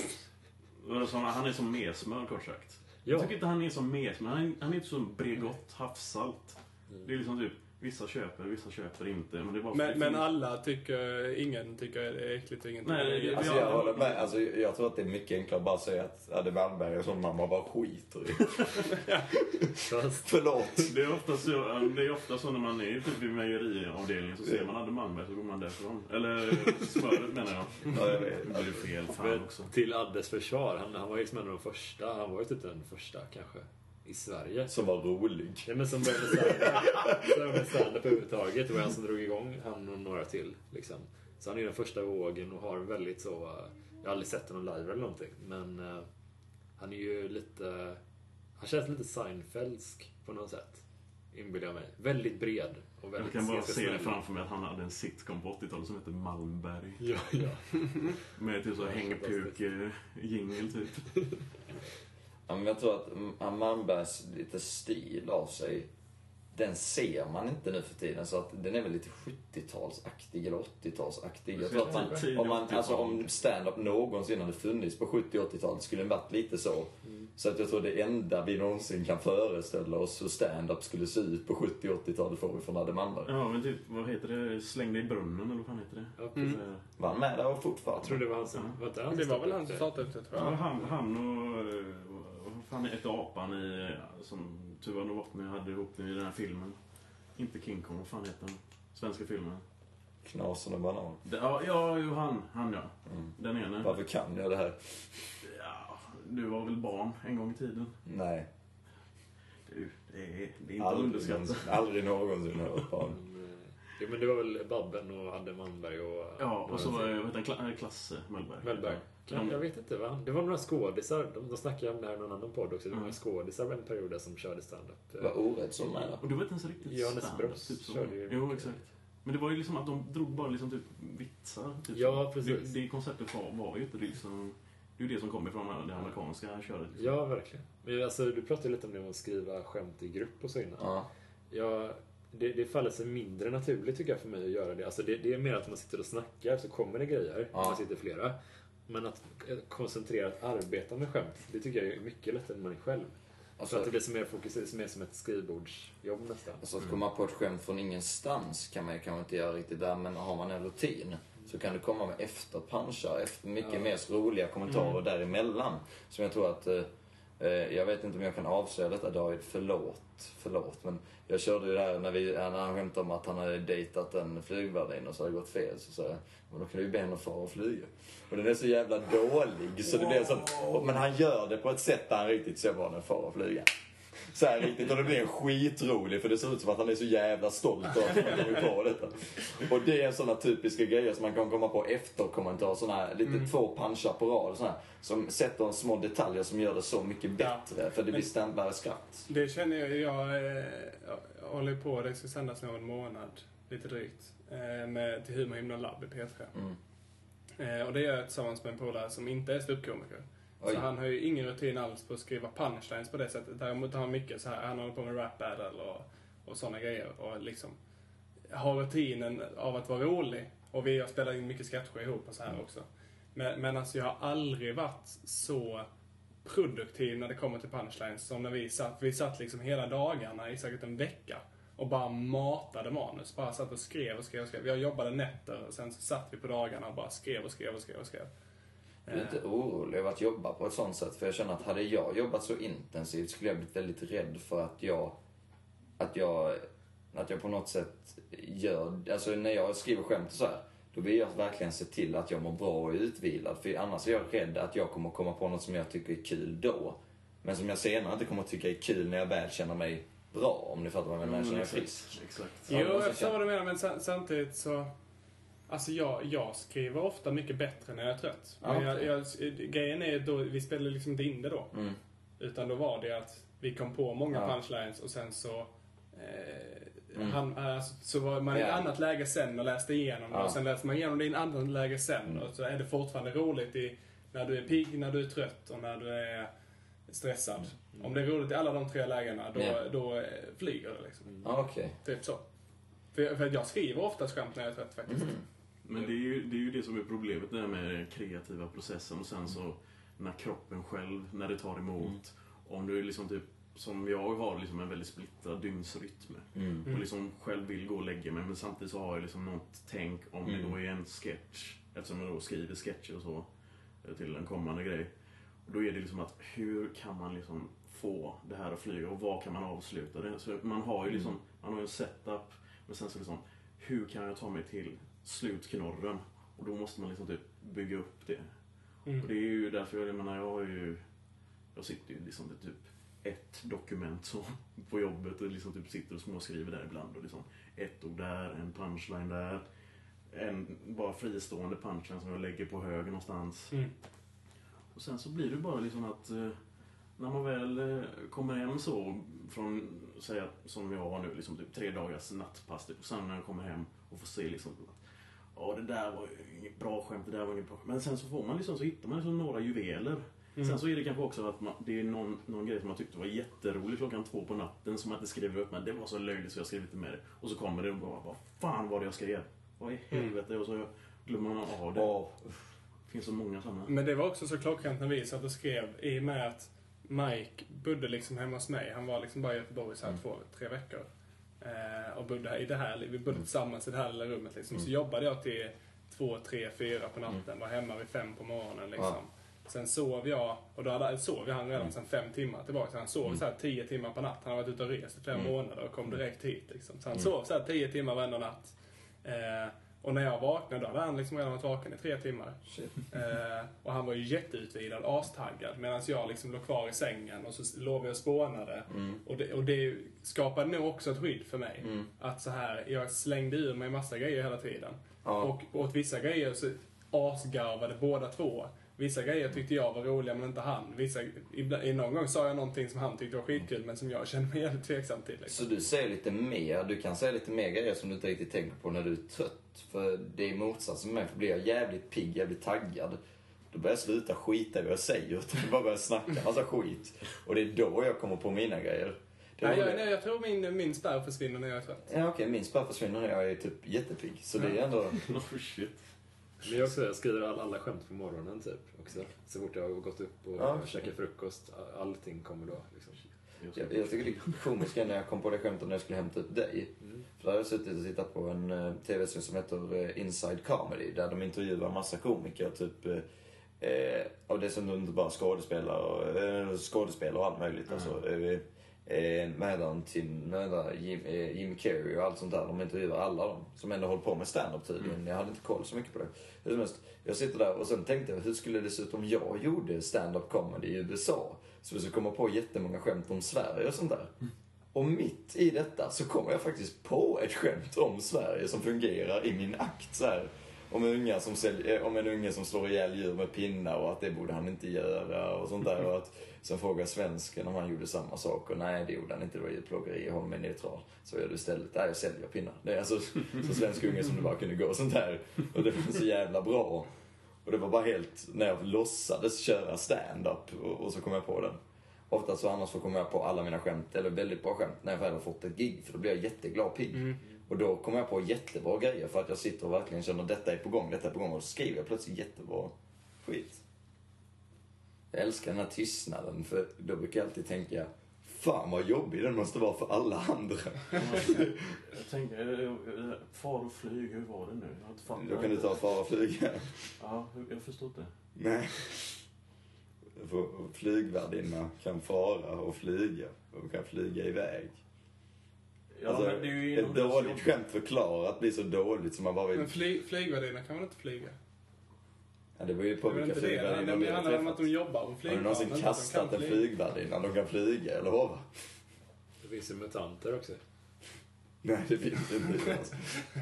Speaker 1: Han är som mesmör, kort sagt.
Speaker 3: Ja.
Speaker 1: Jag tycker inte han är som mesmör. Han är, han är inte som Bregott havssalt. Mm. Det är liksom typ, vissa köper, vissa köper inte. Men, det är bara
Speaker 2: men, men alla tycker, ingen tycker det är äckligt och ingen tycker
Speaker 4: Nej, det är alltså, jag, håller med. Alltså, jag tror att det är mycket enklare att bara säga att Adde Malmberg är som mamma bara skiter i. Förlåt.
Speaker 1: Det är ofta så, det är ofta så när man är typ i mejeriavdelningen så ser man Adde Malmberg så går man därifrån. Eller smöret menar jag.
Speaker 4: Ja, jag vet.
Speaker 1: Det blir fel fan också.
Speaker 3: Till Addes försvar, han, han var ju som en av de första, han var ju typ den första kanske. I Sverige.
Speaker 4: Som var rolig.
Speaker 3: Ja, men som började med stand-up överhuvudtaget. Det var han som drog igång, han och några till. Liksom. Så han är den första vågen och har väldigt så... Uh, jag har aldrig sett honom live eller någonting. Men uh, han är ju lite... Han känns lite Seinfeldsk på något sätt. Inbillar jag mig. Väldigt bred. Och väldigt
Speaker 1: jag kan bara se det framför mig att han hade en sitcom på åttiotalet som heter Malmberg.
Speaker 3: Ja, ja.
Speaker 1: Med typ så hängpuk-jingel typ.
Speaker 4: Ja, men jag tror att Malmbergs lite stil av sig, den ser man inte nu för tiden, så att den är väl lite sjuttiotalsaktig eller åttiotalsaktig. Jag tror att man, om, man, alltså, om stand-up någonsin hade funnits på sjuttio- och åttiotalet skulle den varit lite så. Mm. Så att jag tror det enda vi någonsin kan föreställa oss hur stand-up skulle se ut på sjuttio- och åttiotalet får vi från Adde Malmberg.
Speaker 1: Ja, men typ, vad heter det? Släng dig i brunnen eller vad fan heter det?
Speaker 3: Ja,
Speaker 2: mm.
Speaker 4: Var han med där och fortfarande?
Speaker 3: Jag tror det var han som...
Speaker 2: Ja. Var det, det var väl han som startade ut det, tror jag.
Speaker 1: Ja, han, han och... fan hette apan i, som Tuva Novotny hade ihop i den här filmen. Inte King Kong, vad fan heter den? Svenska filmen.
Speaker 4: Knasen och banan.
Speaker 1: Det, ja, ja, ju han, han ja.
Speaker 4: Mm.
Speaker 1: Den ene.
Speaker 4: Varför kan jag det här?
Speaker 1: Ja, du var väl barn en gång i tiden?
Speaker 4: Nej.
Speaker 1: Du, det är, det är inte
Speaker 4: Aldrig,
Speaker 1: underskattat.
Speaker 4: aldrig någonsin hört barn.
Speaker 3: Jo, men det var väl Babben och Adde Malmberg och...
Speaker 1: Ja, och så vad heter Kla- Klasse Mellberg.
Speaker 3: Mellberg. Ja, jag vet inte, va? Det var några skådisar, de, de snackade om det här i någon annan podd också. Det var några skådisar en period där som körde stand-up.
Speaker 4: Var orätt som är.
Speaker 1: Och du vet inte ens riktigt
Speaker 3: Johannes
Speaker 1: stand-up,
Speaker 3: Brost
Speaker 1: typ så.
Speaker 3: körde ju
Speaker 1: Jo,
Speaker 3: mycket.
Speaker 1: exakt. Men det var ju liksom att de drog bara liksom typ vitsar. Typ
Speaker 3: Ja,
Speaker 1: så.
Speaker 3: precis.
Speaker 1: Det, det konceptet var, var ju inte liksom... Det är ju det som kommer från det amerikanska köret. Liksom.
Speaker 3: Ja, verkligen. Men alltså, du pratade lite om det om att skriva skämt i grupp och så innan.
Speaker 4: Ja.
Speaker 3: Ja, det, det faller sig mindre naturligt tycker jag för mig att göra det. Alltså det, det är mer att man sitter och snackar så kommer det grejer.
Speaker 4: Ja.
Speaker 3: Man sitter flera. Men att koncentrerat arbeta med skämt, det tycker jag är mycket lättare än man är själv.
Speaker 4: Alltså,
Speaker 3: för att det blir som mer fokuserat, mer som ett skrivbordsjobb nästan.
Speaker 4: alltså att komma på ett skämt från ingenstans kan man ju kanske inte göra riktigt där, men har man en rutin så kan du komma med efterpunchar, efter mycket
Speaker 3: Ja.
Speaker 4: mer roliga kommentarer mm. däremellan. Som jag tror att, eh, jag vet inte om jag kan avslöja detta David, förlåt, förlåt, men jag körde ju där när, vi, när han skämtade om att han hade dejtat en flygvärdinna och så hade det gått fel, så sa jag, men då kan du ju be henne fara och flyga. Och den är så jävla dålig, så det blir så att, men han gör det på ett sätt där han riktigt ser bara en fara och flyga. Så här riktigt, och det blir en skitrolig, för det ser ut som att han är så jävla stolt och att han kommer på detta. Och det är sådana typiska grejer som man kan komma på efterkommentarer, såna här, lite mm. två punchar på rad, såna här, som sätter en små detaljer som gör det så mycket bättre, ja. För det blir stämbare skratt.
Speaker 2: Det känner jag, jag, jag, jag håller på, det ska sändas någon månad, lite drygt, med, till Humor Himla Lab i P tre. Mm. Och det gör jag tillsammans med en polare som inte är ståuppkomiker. Så han har ju ingen rutin alls på att skriva punchlines på det sättet. Däremot har han mycket så här, han håller på med rap battle och, och sådana grejer. Och liksom har rutinen av att vara rolig. Och vi har spelat in mycket sketcher ihop och så här också. Men, men alltså jag har aldrig varit så produktiv när det kommer till punchlines som när vi satt. Vi satt liksom hela dagarna i säkert en vecka och bara matade manus. Bara satt och skrev och skrev och skrev. Jag jobbade nätter och sen så satt vi på dagarna och bara skrev och skrev och skrev och skrev.
Speaker 4: Jag är lite orolig över att jobba på ett sånt sätt, för jag känner att hade jag jobbat så intensivt skulle jag blivit väldigt rädd för att jag att jag att jag på något sätt gör, alltså när jag skriver skämt och så här, då vill jag verkligen se till att jag mår bra och är utvilad, för annars är jag rädd att jag kommer komma på något som jag tycker är kul då, men som jag senare inte kommer tycka är kul när jag väl känner mig bra, om ni fattar vad jag menar, när jag är frisk.
Speaker 1: Exakt.
Speaker 2: Jo, jag förstår vad du menar, men samtidigt så... Alltså jag, jag skriver ofta mycket bättre när jag är trött. Men
Speaker 4: Ah, okay.
Speaker 2: jag, jag, grejen är då, vi spelade liksom inte in det då.
Speaker 4: Mm.
Speaker 2: Utan då var det att vi kom på många
Speaker 4: Ja.
Speaker 2: punchlines och sen så... Eh,
Speaker 4: Mm.
Speaker 2: han, alltså, så var man i ett
Speaker 4: Ja.
Speaker 2: annat läge sen och läste igenom det.
Speaker 4: Ja.
Speaker 2: Och sen läste man igenom det i ett annat läge sen.
Speaker 4: Mm.
Speaker 2: Och så är det fortfarande roligt i, när du är pigg, när du är trött och när du är stressad. Mm. Om det är roligt i alla de tre lägena, då,
Speaker 4: Ja.
Speaker 2: då eh, flyger det liksom.
Speaker 4: Ja, ah, okej. Okay.
Speaker 2: Typ så. För, för jag skriver ofta skämt när jag är trött faktiskt.
Speaker 4: Mm.
Speaker 1: Men det är, ju, det är ju det som är problemet där med den kreativa processen. Och sen så när kroppen själv, när det tar emot. Mm. Om du är liksom typ, som jag har liksom en väldigt splittrad dygnsrytm. Mm. Och liksom själv vill gå och lägga mig. Men samtidigt så har jag liksom något tänk om mm. det då är en sketch. Eftersom jag då skriver sketcher och så till en kommande grej. Och då är det liksom att hur kan man liksom få det här att flyga och vad kan man avsluta det? Så man har ju liksom, man har ju en setup. Men sen så liksom, hur kan jag ta mig till slutknorren? Och då måste man liksom typ bygga upp det. Mm. Och det är ju därför jag menar, jag har ju, jag sitter ju liksom typ ett dokument så på jobbet och liksom typ sitter och småskriver där ibland och liksom ett ord där, en punchline där, en bara fristående punchline som jag lägger på höger någonstans. Mm. Och sen så blir det bara liksom att eh, när man väl eh, kommer hem så från, säga som jag har nu, liksom typ tre dagars nattpass typ, och sen när jag kommer hem och får se liksom ja, det där var inget bra skämt, det där var inget bra skämt. Men sen så får man liksom, så hittar man liksom några juveler. Mm. Sen så är det kanske också att man, det är någon, någon grej som man tyckte var jätterolig klockan två på natten som man inte skriver upp, men det var så löjligt så jag skrev inte med det. Och så kommer det och bara, vad fan var det jag skrev? Vad i helvete? Och så glömmer man av det. Oh. Det finns så många sådana.
Speaker 2: Men det var också så klockrent när vi satt och skrev, i och med att Mike bodde liksom hemma hos mig. Han var liksom bara i Göteborg så här mm. två, tre veckor. Eh, och bodde i det här, vi bodde tillsammans i det här lilla rummet liksom. Mm. Så jobbade jag till två, tre, fyra på natten. Mm. Var hemma vid fem på morgonen liksom. Ja. Sen sov jag, och då hade, sov jag han redan mm. sen fem timmar tillbaka. Så han sov mm. så här tio timmar på natt. Han har varit ute och rest i flera mm. månader och kom direkt hit. Liksom. Så han mm. sov så här tio timmar varenda natt. Eh, och när jag vaknade, då hade han liksom redan varit vaken i tre timmar. Eh, och han var ju jätteutvidad, astaggad. Medan jag liksom låg kvar i sängen och så låg jag och spånade. Mm. Och, det, och det skapade nog också ett skydd för mig. Mm. Att så här, jag slängde ur mig massa grejer hela tiden. Ja. Och åt vissa grejer så asgarvade båda två. Vissa grejer tyckte jag var roliga men inte han. Vissa, i, någon gång sa jag någonting som han tyckte var skitkul men som jag kände mig jävligt tveksam till. Liksom.
Speaker 4: Så du säger lite mer, du kan säga lite mer grejer som du inte riktigt tänker på när du är trött. För det är motsatsen med, för blir jag jävligt pigg, jävligt taggad. Då börjar jag sluta skita i vad jag säger utan bara börjar snacka massa skit. Och det är då jag kommer på mina grejer.
Speaker 2: Nej, jag, nej, jag tror min, min spärr försvinner när jag är trött.
Speaker 4: Ja okej, okay, min spärr försvinner när jag är typ jättepigg. Så ja. Det är ändå...
Speaker 1: oh shit.
Speaker 3: Men jag, också, jag skriver all, alla skämt på morgonen typ också. Så fort jag har gått upp och ja, käkat frukost, allting kommer då liksom.
Speaker 4: Jag, jag tycker det är komiskt när jag kom på det skämtet när jag skulle hämta upp dig. Mm. För då har jag suttit och tittat på en uh, tv-serie som heter uh, Inside Comedy. Där de intervjuar en massa komiker typ. Uh, uh, och det är som inte bara skådespelare och, uh, skådespelare och allt möjligt. Mm. Alltså, uh, Eh, medan Tim, medan Jim, eh, Jim Carrey och allt sånt där. De intervjuar alla dem som ändå håller på med stand-up tydligen. Mm. Jag hade inte koll så mycket på det. Hur som helst, jag sitter där och sen tänkte jag, hur skulle det se ut om jag gjorde stand-up comedy i U S A? Så vi skulle komma på jättemånga skämt om Sverige och sånt där. Mm. Och mitt i detta så kommer jag faktiskt på ett skämt om Sverige som fungerar i min akt så här. Om en unge som, sälj, om en unge som slår ihjäl djur med pinnar och att det borde han inte göra och sånt där. Och att, sen frågar svensken om han gjorde samma sak och nej det gjorde han inte, det var djurplågeri, jag håller mig neutral. Så gör du istället, nej jag säljer pinnar. Det är alltså så svensk unge som det bara kunde gå och sånt där. Och det var så jävla bra. Och det var bara helt, när jag låtsades köra stand-up och, och så kom jag på den. Ofta så annars så kommer jag på alla mina skämt, eller väldigt bra skämt, när jag väl har fått ett gig. För då blir jag jätteglad pigg. Mm. Och då kommer jag på jättebra grejer för att jag sitter och verkligen känner att detta är på gång, detta är på gång. Och så skriver jag plötsligt jättebra skit. Jag älskar den här tystnaden, för då brukar jag alltid tänka, fan vad jobbig den måste vara för alla andra.
Speaker 1: Jag tänker, far och flyg, hur var det nu? Jag
Speaker 4: då kan du ta far och flyg.
Speaker 1: Ja, jag förstod det.
Speaker 4: Nej. Flygvärdinna kan fara och flyga och kan flyga iväg.
Speaker 1: Ja,
Speaker 4: alltså,
Speaker 1: men det är ju
Speaker 4: ett dåligt skämt förklarat blir så dåligt som man bara vill...
Speaker 2: Men fly, flygvärdinna kan man inte flyga?
Speaker 4: Ja, det var ju på vilka flygvärdinna
Speaker 2: de har handlar om att de jobbar på flygplan.
Speaker 4: Har du någonsin kastat en flygvärdinna? De kan flyga, eller hova?
Speaker 3: Det finns ju mutanter också.
Speaker 4: Nej, det finns inte. Alltså.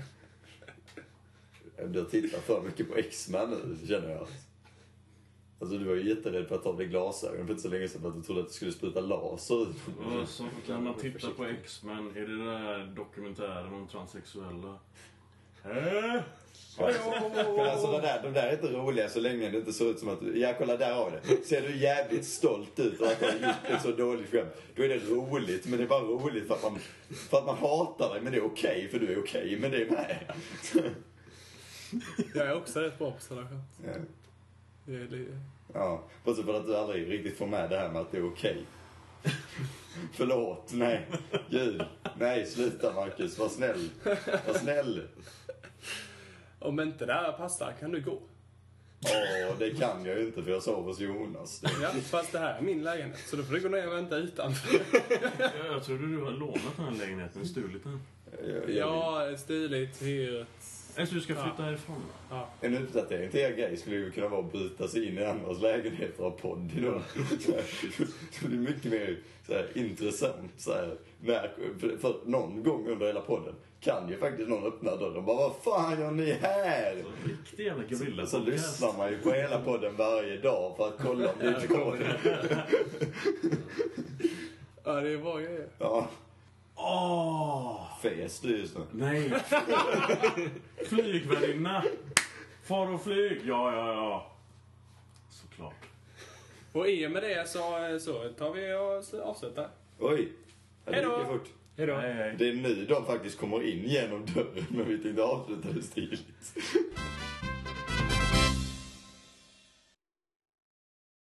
Speaker 4: Jag tittar för mycket på X-Men nu, känner jag. Alltså du var ju jätterädd för att ta dig glasögon för inte så länge sedan för att du trodde att du skulle spruta laser ut.
Speaker 1: Ja, så kan man titta på X-Men. Är det där dokumentären om transsexuella? Äh?
Speaker 4: För alltså de där, de där är inte roliga så länge det inte ser ut som att du... Ja, kolla där har det. Ser du jävligt stolt ut och att du har gjort ett så dåligt skämt. Då är det roligt, men det är bara roligt för att man, för att man hatar dig. Men det är okej, okay, för du är okej, okay, men det är med.
Speaker 2: Jag är också rätt bra på sådana skämt.
Speaker 4: Ja.
Speaker 2: Det är det.
Speaker 4: Ja, fast för att du aldrig riktigt får med det här med att det är okej. Okay. Förlåt, nej. Gud, nej, sluta Marcus, var snäll. Var snäll.
Speaker 2: Om inte det här passar kan du gå.
Speaker 4: Ja, det kan jag ju inte för jag sover hos Jonas.
Speaker 2: Ja, fast det här är min lägenhet. Så då får du gå ner och vänta utanför.
Speaker 1: Ja, jag trodde du har lånat den här lägenheten, stulit den.
Speaker 2: Ja, stulit, hyrt.
Speaker 1: Alltså du ska flytta ja. härifrån?
Speaker 2: Ja.
Speaker 4: En uppdatering till er grej skulle ju kunna vara att byta sig in i andras lägenheter och podd idag. Det blir mycket mer så här, intressant. Så här, när, för, för någon gång under hela podden kan ju faktiskt någon öppna dörren och bara, vad fan gör ni här?
Speaker 1: Så riktigt jävla gorilla.
Speaker 4: Så, så lyssnar man ju på hela podden varje dag för att kolla om det inte kommer.
Speaker 2: Ja, det är bra grejer.
Speaker 4: Ja.
Speaker 1: Åh! Oh.
Speaker 4: Fes du just nu.
Speaker 1: Nej. Flygvärdinna. Far och flyg. Ja, ja, ja. Såklart.
Speaker 2: Och i och med det så, så tar vi och avslutar.
Speaker 4: Oj.
Speaker 2: Hej då.
Speaker 3: Hej då.
Speaker 4: Det är nu de faktiskt kommer in genom dörren, men vi tänkte avsluta det stiligt.